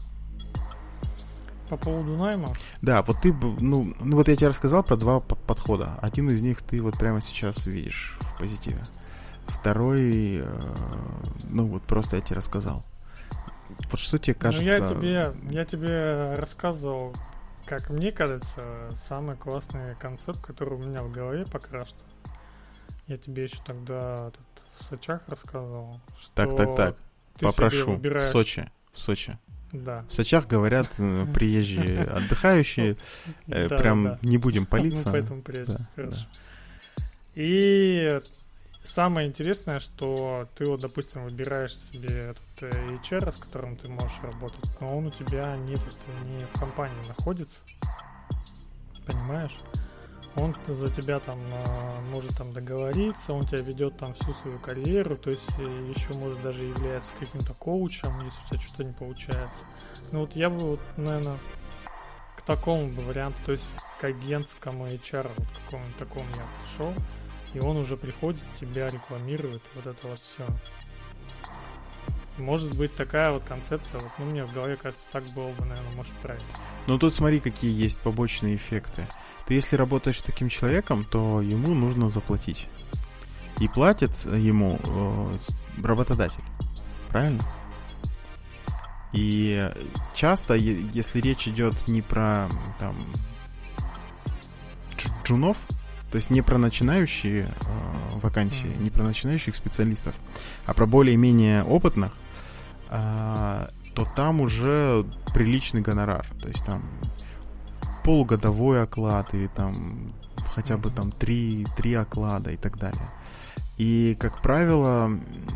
По поводу найма? Да, вот ты, ну вот я тебе рассказал про 2 подхода. Один из них ты вот прямо сейчас видишь в позитиве. Второй, вот просто я тебе рассказал. Вот что тебе кажется... Я тебе рассказывал, как мне кажется, самый классный концепт, который у меня в голове пока что. Я тебе еще тогда в Сочах рассказывал, что... Так. Попрошу. В Сочи. Да. В Сочах говорят приезжие отдыхающие. Прям не будем палиться. Поэтому приятно. Хорошо. И самое интересное, что ты вот, допустим, выбираешь себе этот HR, с которым ты можешь работать, но он у тебя не в компании находится. Понимаешь? Он за тебя там может там договориться, он тебя ведет там всю свою карьеру, то есть еще может даже являться каким-то коучем, если у тебя что-то не получается. Ну вот я бы, наверное, к такому варианту, то есть к агентскому HR, вот какому-нибудь такому я пришел, и он уже приходит, тебя рекламирует, вот это вот все. Может быть такая вот концепция, вот, ну, мне в голове кажется, так было бы, наверное, может, правильно. Ну, тут смотри, какие есть побочные эффекты. Ты если работаешь с таким человеком, то ему нужно заплатить. И платит ему работодатель. Правильно? И часто, если речь идет не про там джунов, то есть не про начинающие вакансии, не про начинающих специалистов, а про более-менее опытных, то там уже приличный гонорар. То есть там полугодовой оклад или там хотя бы там 3 оклада и так далее. И, как правило,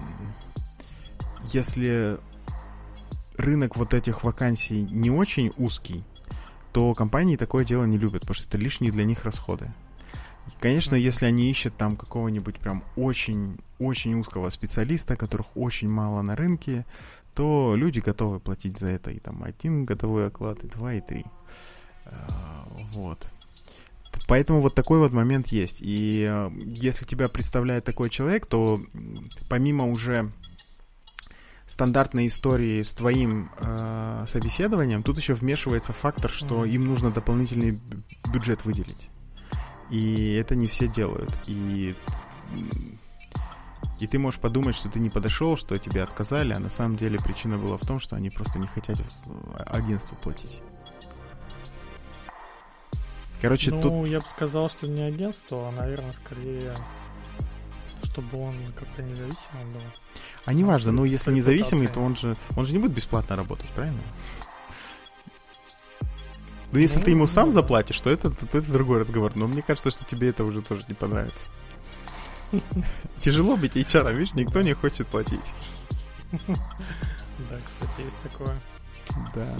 если рынок вот этих вакансий не очень узкий, то компании такое дело не любят, потому что это лишние для них расходы. Конечно, если они ищут там какого-нибудь прям очень узкого специалиста, которых очень мало на рынке, то люди готовы платить за это и там 1 годовой оклад, и 2, и 3. Вот. Поэтому вот такой вот момент есть. И если тебя представляет такой человек, то помимо уже стандартной истории с твоим собеседованием, тут еще вмешивается фактор, что им нужно дополнительный бюджет выделить. И это не все делают. И ты можешь подумать, что ты не подошел, что тебе отказали, а на самом деле причина была в том, что они просто не хотят агентству платить. Короче, тут... я бы сказал, что не агентство, а, наверное, скорее, чтобы он как-то независимым был. А не важно, но если независимый, то он же не будет бесплатно работать, правильно? Но если ты ему сам заплатишь, то это другой разговор. Но мне кажется, что тебе это уже тоже не понравится. Тяжело быть HR, видишь, никто не хочет платить. Да, кстати, есть такое. Да.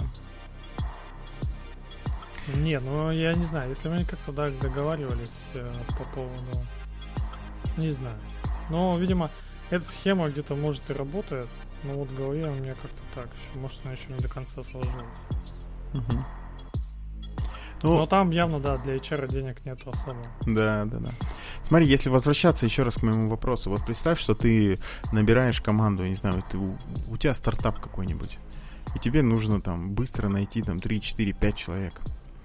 Не, ну я не знаю, если мы как-то договаривались по поводу... Не знаю. Но, видимо, эта схема где-то, может, и работает, но вот в голове у меня как-то так еще. Может, она еще не до конца сложилась. Угу. Но там явно, да, для HR денег нету особо. Да. Смотри, если возвращаться еще раз к моему вопросу, вот представь, что ты набираешь команду, я не знаю, у тебя стартап какой-нибудь, и тебе нужно там быстро найти там 3, 4, 5 человек.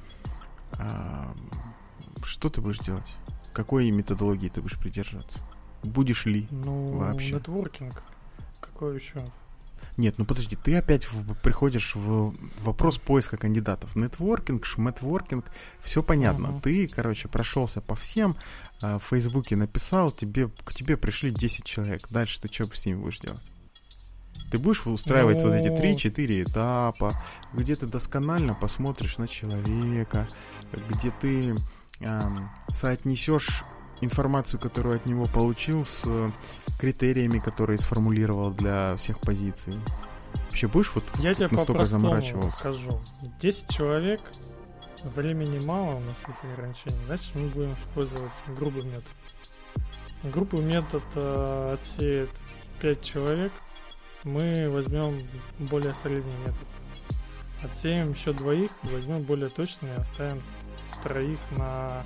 Что ты будешь делать? Какой методологии ты будешь придерживаться? Будешь ли вообще? Нетворкинг. Какой еще? Нет, ну подожди, ты опять приходишь в вопрос поиска кандидатов. Нетворкинг, шметворкинг, все понятно. Ты, короче, прошелся по всем, в Фейсбуке написал, к тебе пришли 10 человек. Дальше ты что с ними будешь делать? Ты будешь устраивать вот эти 3-4 этапа, где ты досконально посмотришь на человека, где ты соотнесешь информацию, которую от него получил, с критериями, которые сформулировал для всех позиций. Вообще будешь вот я тебе настолько заморачиваться? Скажу. 10 человек, времени мало, у нас есть ограничения, значит мы будем использовать грубый метод. Грубый метод отсеет 5 человек, мы возьмем более солидный метод. Отсеем еще 2, возьмем более точный, оставим 3 на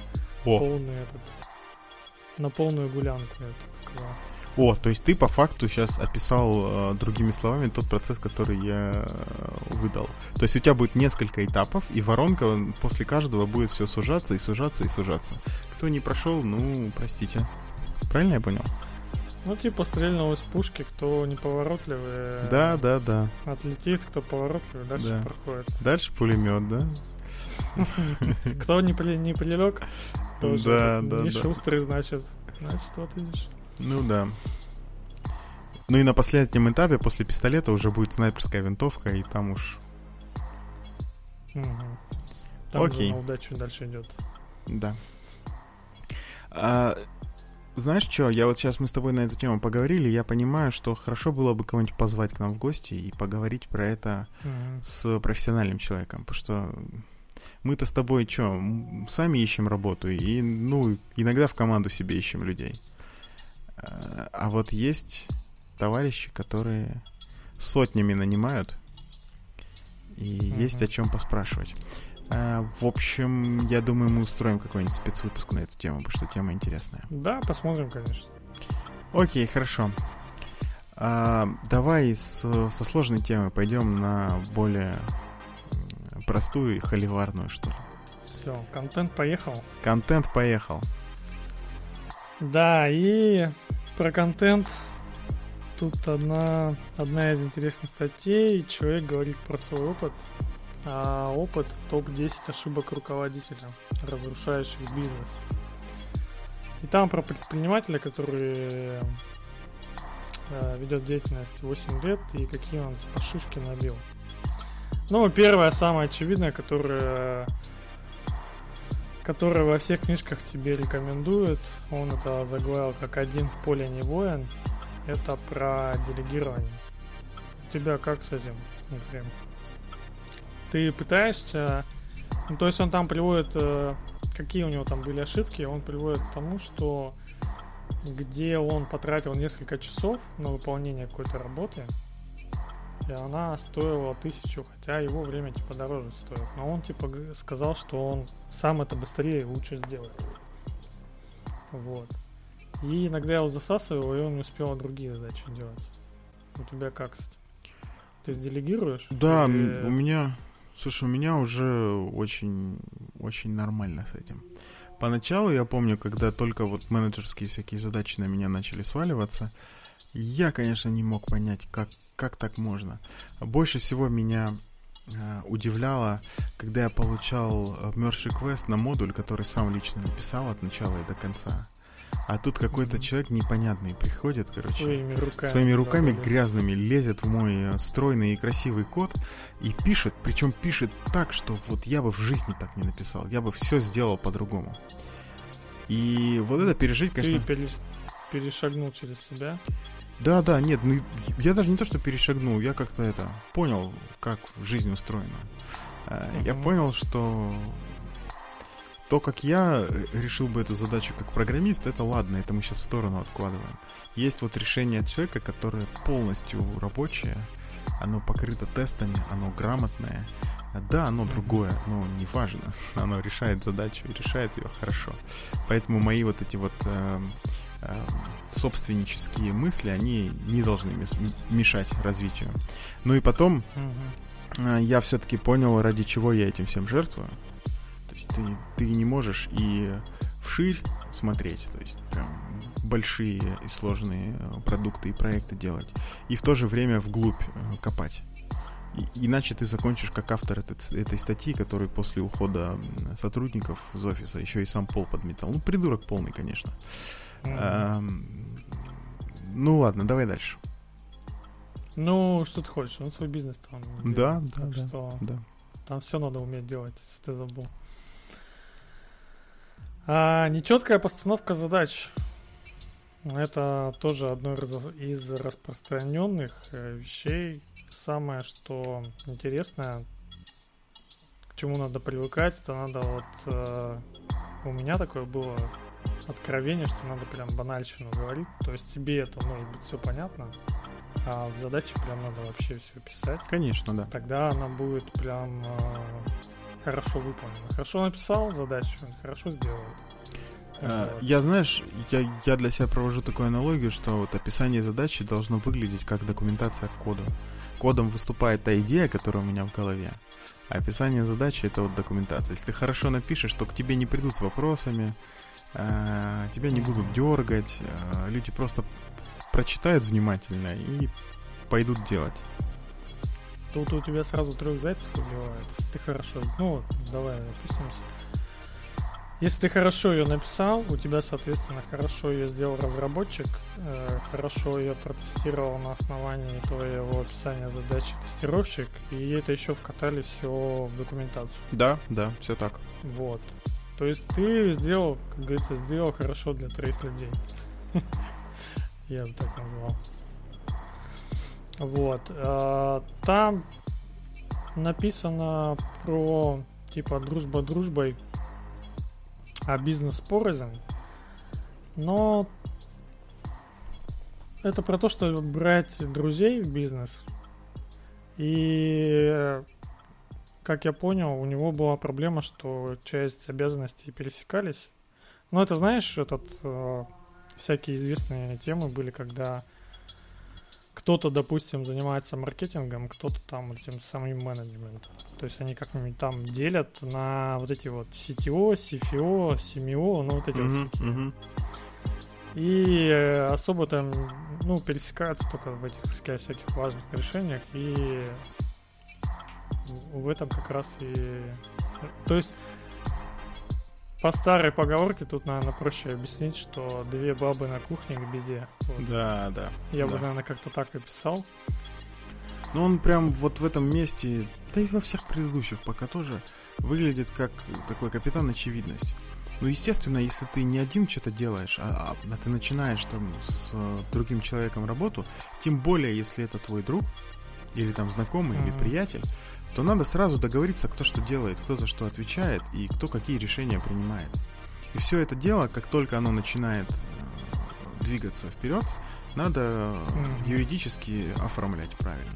на полную гулянку, я так сказал. То есть ты по факту сейчас описал другими словами тот процесс, который я выдал. То есть у тебя будет несколько этапов, и воронка после каждого будет все сужаться и сужаться и сужаться. Кто не прошел, простите. Правильно я понял? Типа стрельного из пушки, кто неповоротливый. Да. Отлетит, кто поворотливый, дальше проходит. Дальше пулемет, да? Кто не прилег, тоже не шустрый, значит вот видишь. Да. Ну и на последнем этапе после пистолета уже будет снайперская винтовка, и там уж... Там уже на удачу дальше идет. Да. Знаешь что, сейчас мы с тобой на эту тему поговорили, я понимаю, что хорошо было бы кого-нибудь позвать к нам в гости и поговорить про это с профессиональным человеком, потому что мы-то с тобой сами ищем работу и, иногда в команду себе ищем людей. А вот есть товарищи, которые сотнями нанимают, и есть о чем поспрашивать. В общем, я думаю, мы устроим какой-нибудь спецвыпуск на эту тему, потому что тема интересная. Да, посмотрим, конечно. Окей, хорошо. Давай со сложной темы пойдем на более простую и холиварную, что ли. Все, контент поехал. Контент поехал. Да, и про контент тут одна из интересных статей. Человек говорит про свой опыт. Опыт топ-10 ошибок руководителя, разрушающих бизнес. И там про предпринимателя, который ведет деятельность 8 лет, и какие он шишки набил. Ну, первое, самое очевидное, которое во всех книжках тебе рекомендуют, он это заглавил как «Один в поле не воин», это про делегирование. У тебя как с этим, например? Ты пытаешься... Ну, то есть он там приводит... Какие у него там были ошибки? Он приводит к тому, что где он потратил несколько часов на выполнение какой-то работы, и она стоила 1000, хотя его время типа дороже стоит. Но он типа сказал, что он сам это быстрее и лучше сделает. Вот. И иногда его засасывал, и он не успел другие задачи делать. У тебя как, кстати? Ты делегируешь? Да, или... у меня уже очень, очень нормально с этим. Поначалу, я помню, когда только вот менеджерские всякие задачи на меня начали сваливаться, я, конечно, не мог понять, как так можно. Больше всего меня удивляло, когда я получал merge request на модуль, который сам лично написал от начала и до конца. А тут какой-то человек непонятный приходит, короче, своими руками грязными лезет в мой стройный и красивый код и пишет, причем пишет так, что вот я бы в жизни так не написал, я бы все сделал по-другому. И вот это пережить, конечно... Ты перешагнул через себя? Да, нет, ну я даже не то, что перешагнул, я как-то понял, как жизнь устроена. Я понял, что... То, как я решил бы эту задачу как программист, это ладно, это мы сейчас в сторону откладываем. Есть вот решение от человека, которое полностью рабочее, оно покрыто тестами, оно грамотное. Да, оно другое, но не важно. Оно решает задачу и решает ее хорошо. Поэтому мои вот эти вот собственнические мысли, они не должны мешать развитию. Ну и потом я все-таки понял, ради чего я этим всем жертвую. Ты не можешь и вширь смотреть, то есть прям большие и сложные продукты и проекты делать, и в то же время вглубь копать. Иначе ты закончишь как автор этой статьи, который после ухода сотрудников из офиса еще и сам пол подметал. Ну, придурок полный, конечно. Ну ладно, давай дальше. Ну, что ты хочешь? Он свой бизнес там делает. Да. Там все надо уметь делать, если ты забыл. Нечеткая постановка задач. Это тоже одно из распространенных вещей. Самое, что интересное, к чему надо привыкать, это надо вот... у меня такое было откровение, что надо прям банальщину говорить. То есть тебе это может быть все понятно, а в задаче прям надо вообще все писать. Конечно, да. Тогда она будет прям... хорошо выполнено. Хорошо написал задачу, хорошо сделал. Я, знаешь, я для себя провожу такую аналогию, что вот описание задачи должно выглядеть как документация к коду. Кодом выступает та идея, которая у меня в голове, а описание задачи — это вот документация. Если ты хорошо напишешь, то к тебе не придут с вопросами, тебя не будут дергать, люди просто прочитают внимательно и пойдут делать. Тут у тебя сразу 3 зайцев убивают, если ты хорошо... Ну, давай опустимся. Если ты хорошо ее написал, у тебя, соответственно, хорошо ее сделал разработчик, хорошо ее протестировал на основании твоего описания задачи тестировщик, и это еще вкатали все в документацию. Да, все так. Вот. То есть ты сделал, как говорится, сделал хорошо для 3 людей. Я бы так назвал. Вот. Там написано про типа дружба дружбой, а бизнес порознь. Но это про то, что брать друзей в бизнес и как я понял, у него была проблема, что часть обязанностей пересекались. Ну, это, знаешь, всякие известные темы были, когда кто-то, допустим, занимается маркетингом, кто-то там этим самым менеджментом. То есть они как-нибудь там делят на вот эти вот CTO, CFO, CMO, ну, вот эти вот всякие. И особо там, ну, пересекаются только в этих всяких важных решениях, и в этом как раз и... То есть по старой поговорке тут, наверное, проще объяснить, что две бабы на кухне к беде. Вот. Да. Я бы, наверное, как-то так и писал. Но он прям вот в этом месте, да и во всех предыдущих пока тоже, выглядит как такой капитан очевидность. Ну, естественно, если ты не один что-то делаешь, а ты начинаешь там с другим человеком работу, тем более, если это твой друг, или там знакомый, или приятель, то надо сразу договориться, кто что делает, кто за что отвечает и кто какие решения принимает. И все это дело, как только оно начинает двигаться вперед, надо юридически оформлять правильно.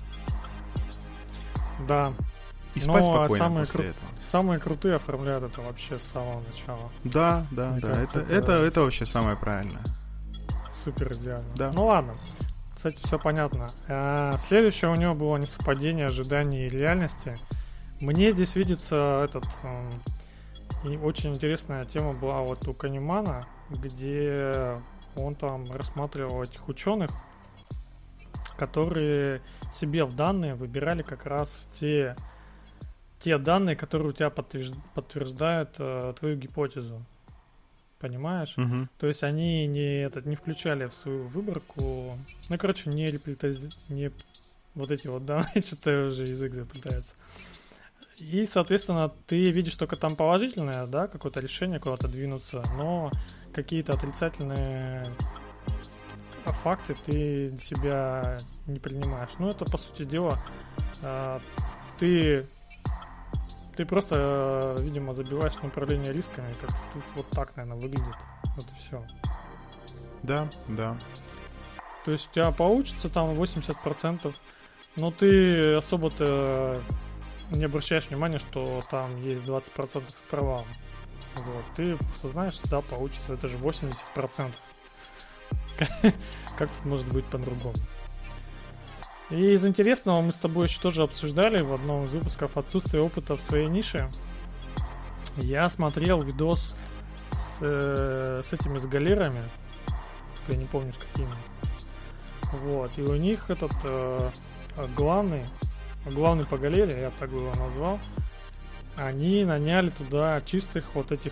Да. И спать спокойно после этого. Самые крутые оформляют это вообще с самого начала. Да. Кажется, это вообще самое правильное. Супер идеально. Да. Ну ладно. Кстати, все понятно. Следующее у него было несовпадение ожиданий и реальности. Мне здесь видится очень интересная тема была вот у Канемана, где он там рассматривал этих ученых, которые себе в данные выбирали как раз те данные, которые у тебя подтверждают твою гипотезу. Понимаешь? То есть они не включали в свою выборку. Ну, короче, не вот эти вот данные, что-то уже язык заплетается. И, соответственно, ты видишь только там положительное, да, какое-то решение куда-то двинуться, но какие-то отрицательные факты ты для себя не принимаешь. Ну, это, по сути дела, ты просто, видимо, забиваешь на управление рисками, как тут вот так, наверное, выглядит. Вот и все. Да. То есть у тебя получится там 80%, но ты особо-то не обращаешь внимания, что там есть 20% провала. Вот. Ты просто знаешь, да, получится, это же 80%. Как тут может быть по-другому? И из интересного мы с тобой еще тоже обсуждали в одном из выпусков отсутствие опыта в своей нише. Я смотрел видос с этими с галерами. Я не помню с какими. Вот. И у них этот главный по галере, я так бы его назвал, они наняли туда чистых вот этих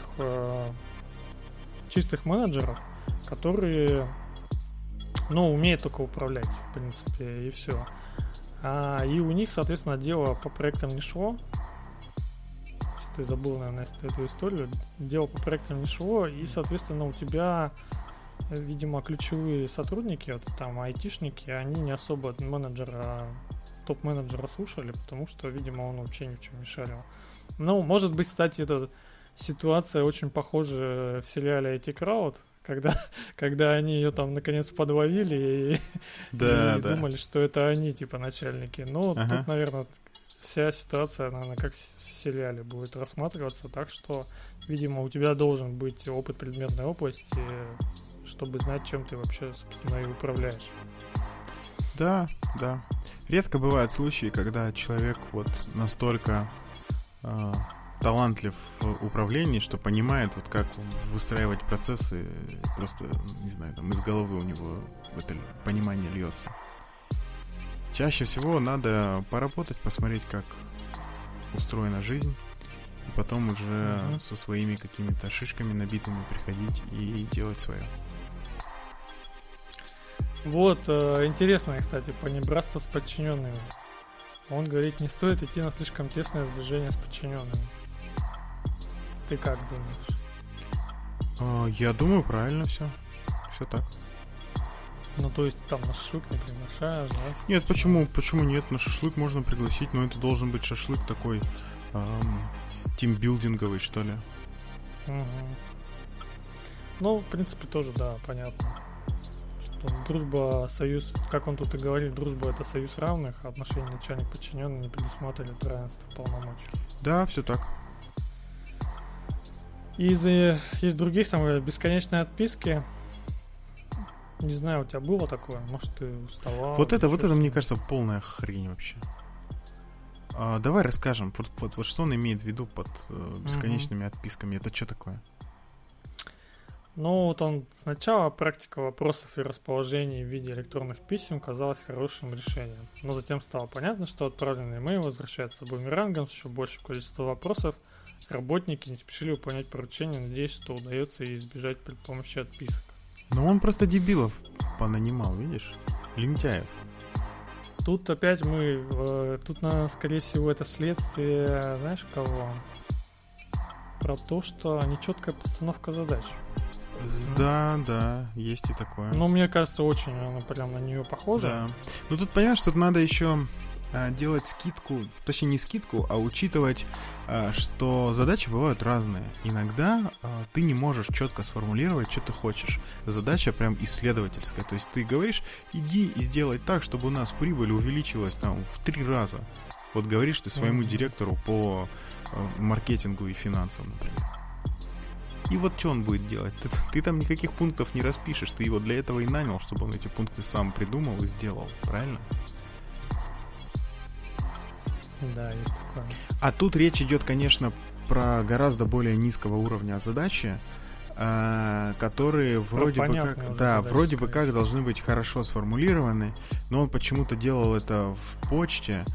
чистых менеджеров, которые умеют только управлять, в принципе, и все. И у них, соответственно, дело по проектам не шло. Если ты забыл, наверное, эту историю, дело по проектам не шло, и, соответственно, у тебя, видимо, ключевые сотрудники, вот там айтишники, они не особо топ-менеджера слушали, потому что, видимо, он вообще ни в чем не шарил. Ну, может быть, кстати, эта ситуация очень похожа в сериале IT Crowd, когда они ее там наконец подловили и думали, что это они, типа, начальники. Но тут, наверное, вся ситуация, наверное, как в сериале будет рассматриваться, так что, видимо, у тебя должен быть опыт предметной области, чтобы знать, чем ты вообще, собственно, и управляешь. Да. Редко бывают случаи, когда человек вот настолько талантлив в управлении, что понимает, вот как выстраивать процессы, просто, не знаю, там из головы у него это понимание льется. Чаще всего надо поработать, посмотреть, как устроена жизнь, и потом уже со своими какими-то шишками набитыми приходить и делать свое. Вот, интересно, кстати, понебратство с подчиненными. Он говорит, не стоит идти на слишком тесное сближение с подчиненными. Ты как думаешь? Я думаю, правильно все. Все так. Ну, то есть там на шашлык не приглашаешь, да? Нет, почему нет? На шашлык можно пригласить, но это должен быть шашлык такой тимбилдинговый, что ли. Ну, в принципе, тоже, да, понятно. Что дружба, союз, как он тут и говорит, дружба — это союз равных, а отношения начальник-подчиненный не предусматривает равенство полномочий. Да, все так. Из других там бесконечные отписки. Не знаю, у тебя было такое? Может, ты уставал? Вот это, мне кажется, полная хрень вообще. Давай расскажем, вот что он имеет в виду под бесконечными отписками. Это что такое? Ну, вот он сначала практика вопросов и расположений в виде электронных писем казалась хорошим решением. Но затем стало понятно, что отправленный имейл возвращается бумерангом с еще большим количеством вопросов. Работники не спешили выполнять поручения, надеясь, что удается их избежать при помощи отписок. Ну, он просто дебилов понанимал, видишь? Лентяев. Тут опять тут, скорее всего, это следствие, знаешь, кого? Про то, что нечеткая постановка задач. Да, есть и такое. Ну, мне кажется, очень она прям на нее похожа. Да. Ну, тут, понимаешь, тут надо еще делать скидку, точнее не скидку, а учитывать, что задачи бывают разные. Иногда ты не можешь четко сформулировать, что ты хочешь. Задача прям исследовательская. То есть ты говоришь, иди и сделай так, чтобы у нас прибыль увеличилась там в 3 раза. Вот говоришь ты своему директору по маркетингу и финансам, например. И вот что он будет делать? Ты там никаких пунктов не распишешь. Ты его для этого и нанял, чтобы он эти пункты сам придумал и сделал. Правильно? Да, есть такое. А тут речь идет, конечно, про гораздо более низкого уровня задачи, которые вроде бы как должны быть хорошо сформулированы, но он почему-то делал это в почте.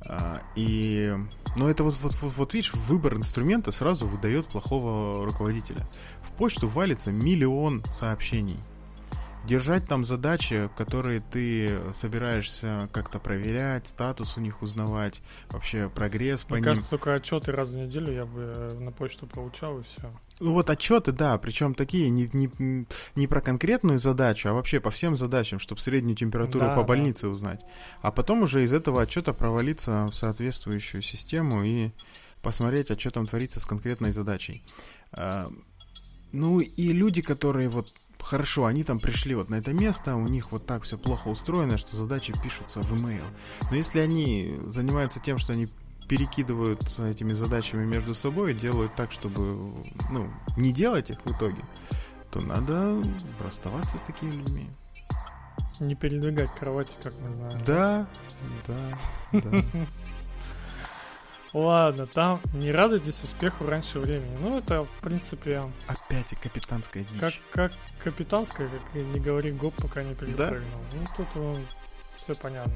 Но это вот видишь, выбор инструмента сразу выдает плохого руководителя. В почту валится миллион сообщений. Держать там задачи, которые ты собираешься как-то проверять, статус у них узнавать, вообще прогресс по ним. Мне кажется, только отчеты раз в неделю я бы на почту получал, и все. Ну вот отчеты, да, причем такие не про конкретную задачу, а вообще по всем задачам, чтобы среднюю температуру по больнице узнать. А потом уже из этого отчета провалиться в соответствующую систему и посмотреть, а что там творится с конкретной задачей. Ну и люди, которые вот хорошо, они там пришли вот на это место, у них вот так все плохо устроено, что задачи пишутся в email. Но если они занимаются тем, что они перекидываются этими задачами между собой, делают так, чтобы не делать их в итоге, то надо расставаться с такими людьми. Не передвигать кровати, как мы знаем. Да. Ладно, там не радуйтесь успеху раньше времени. Ну, это, в принципе... Опять и капитанская дичь. Как капитанская, как и не говори гоп, пока не перепрыгнул. Да? Ну, тут все понятно.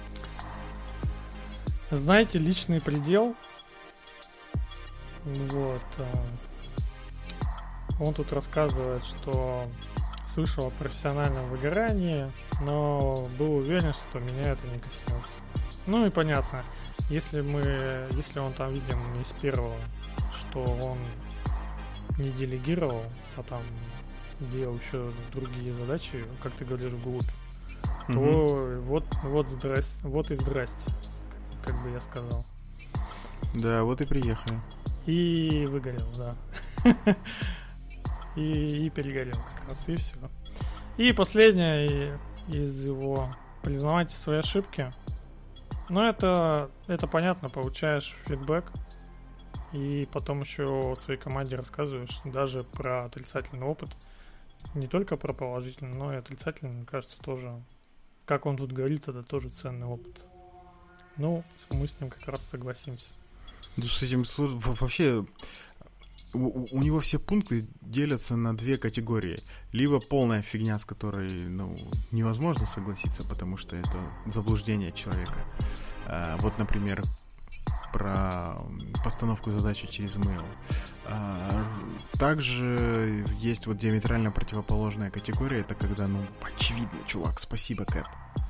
Знаете личный предел? Вот. Он тут рассказывает, что слышал о профессиональном выгорании, но был уверен, что меня это не коснется. Ну и понятно. Если он там видим из первого, что он не делегировал, а там делал еще другие задачи, как ты говоришь, вглубь, то вот и здрасте, как бы я сказал. Да, вот и приехали. И выгорел, да. И перегорел как раз, и все. И последнее из его: признавайте свои ошибки. Но это понятно, получаешь фидбэк, и потом еще своей команде рассказываешь даже про отрицательный опыт. Не только про положительный, но и отрицательный, мне кажется, тоже, как он тут говорит, это тоже ценный опыт. Ну, мы с ним как раз согласимся. Ну, с этим вообще у него все пункты делятся на 2 категории. Либо полная фигня, с которой невозможно согласиться, потому что это заблуждение человека. Вот, например, про постановку задачи через email. Также есть вот диаметрально противоположная категория. Это когда, очевидно, чувак, спасибо, Кэп.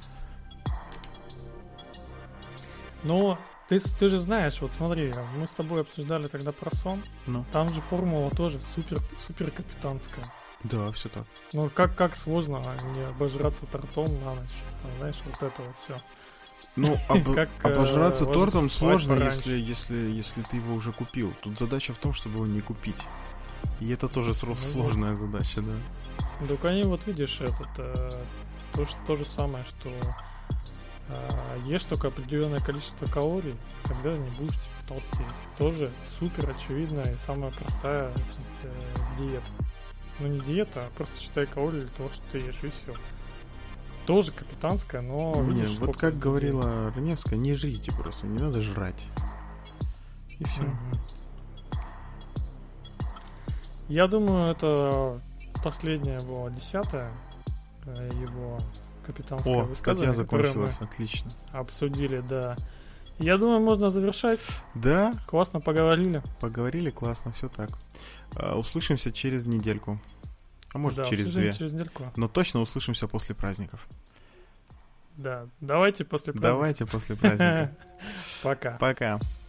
Ну, ты же знаешь, вот смотри, мы с тобой обсуждали тогда про сон. Там же формула тоже супер капитанская. Да, все так. Ну, как сложно не обожраться тортом на ночь. Знаешь, вот это вот все. Ну, обожраться тортом сложно, если ты его уже купил. Тут задача в том, чтобы его не купить. И это тоже сложная задача, да. Так они, вот видишь, то же самое, что ешь только определенное количество калорий, тогда не будешь толстеть. Тоже супер очевидная и самая простая диета. Ну не диета, а просто считай калории для того, что ты ешь, и все. Тоже капитанская, но Не, видишь, вот как говорила Раневская, не жрите просто, не надо жрать. И все. Я думаю, это последняя была 10-я его капитанское высказывание, статья закончилась, отлично. Обсудили, да. Я думаю, можно завершать. Да. Классно поговорили. Поговорили, классно, все так. Услышимся через недельку. А может, через 2. Через недельку. Но точно услышимся после праздников. Да, давайте после праздников. Давайте после праздников. Пока. Пока.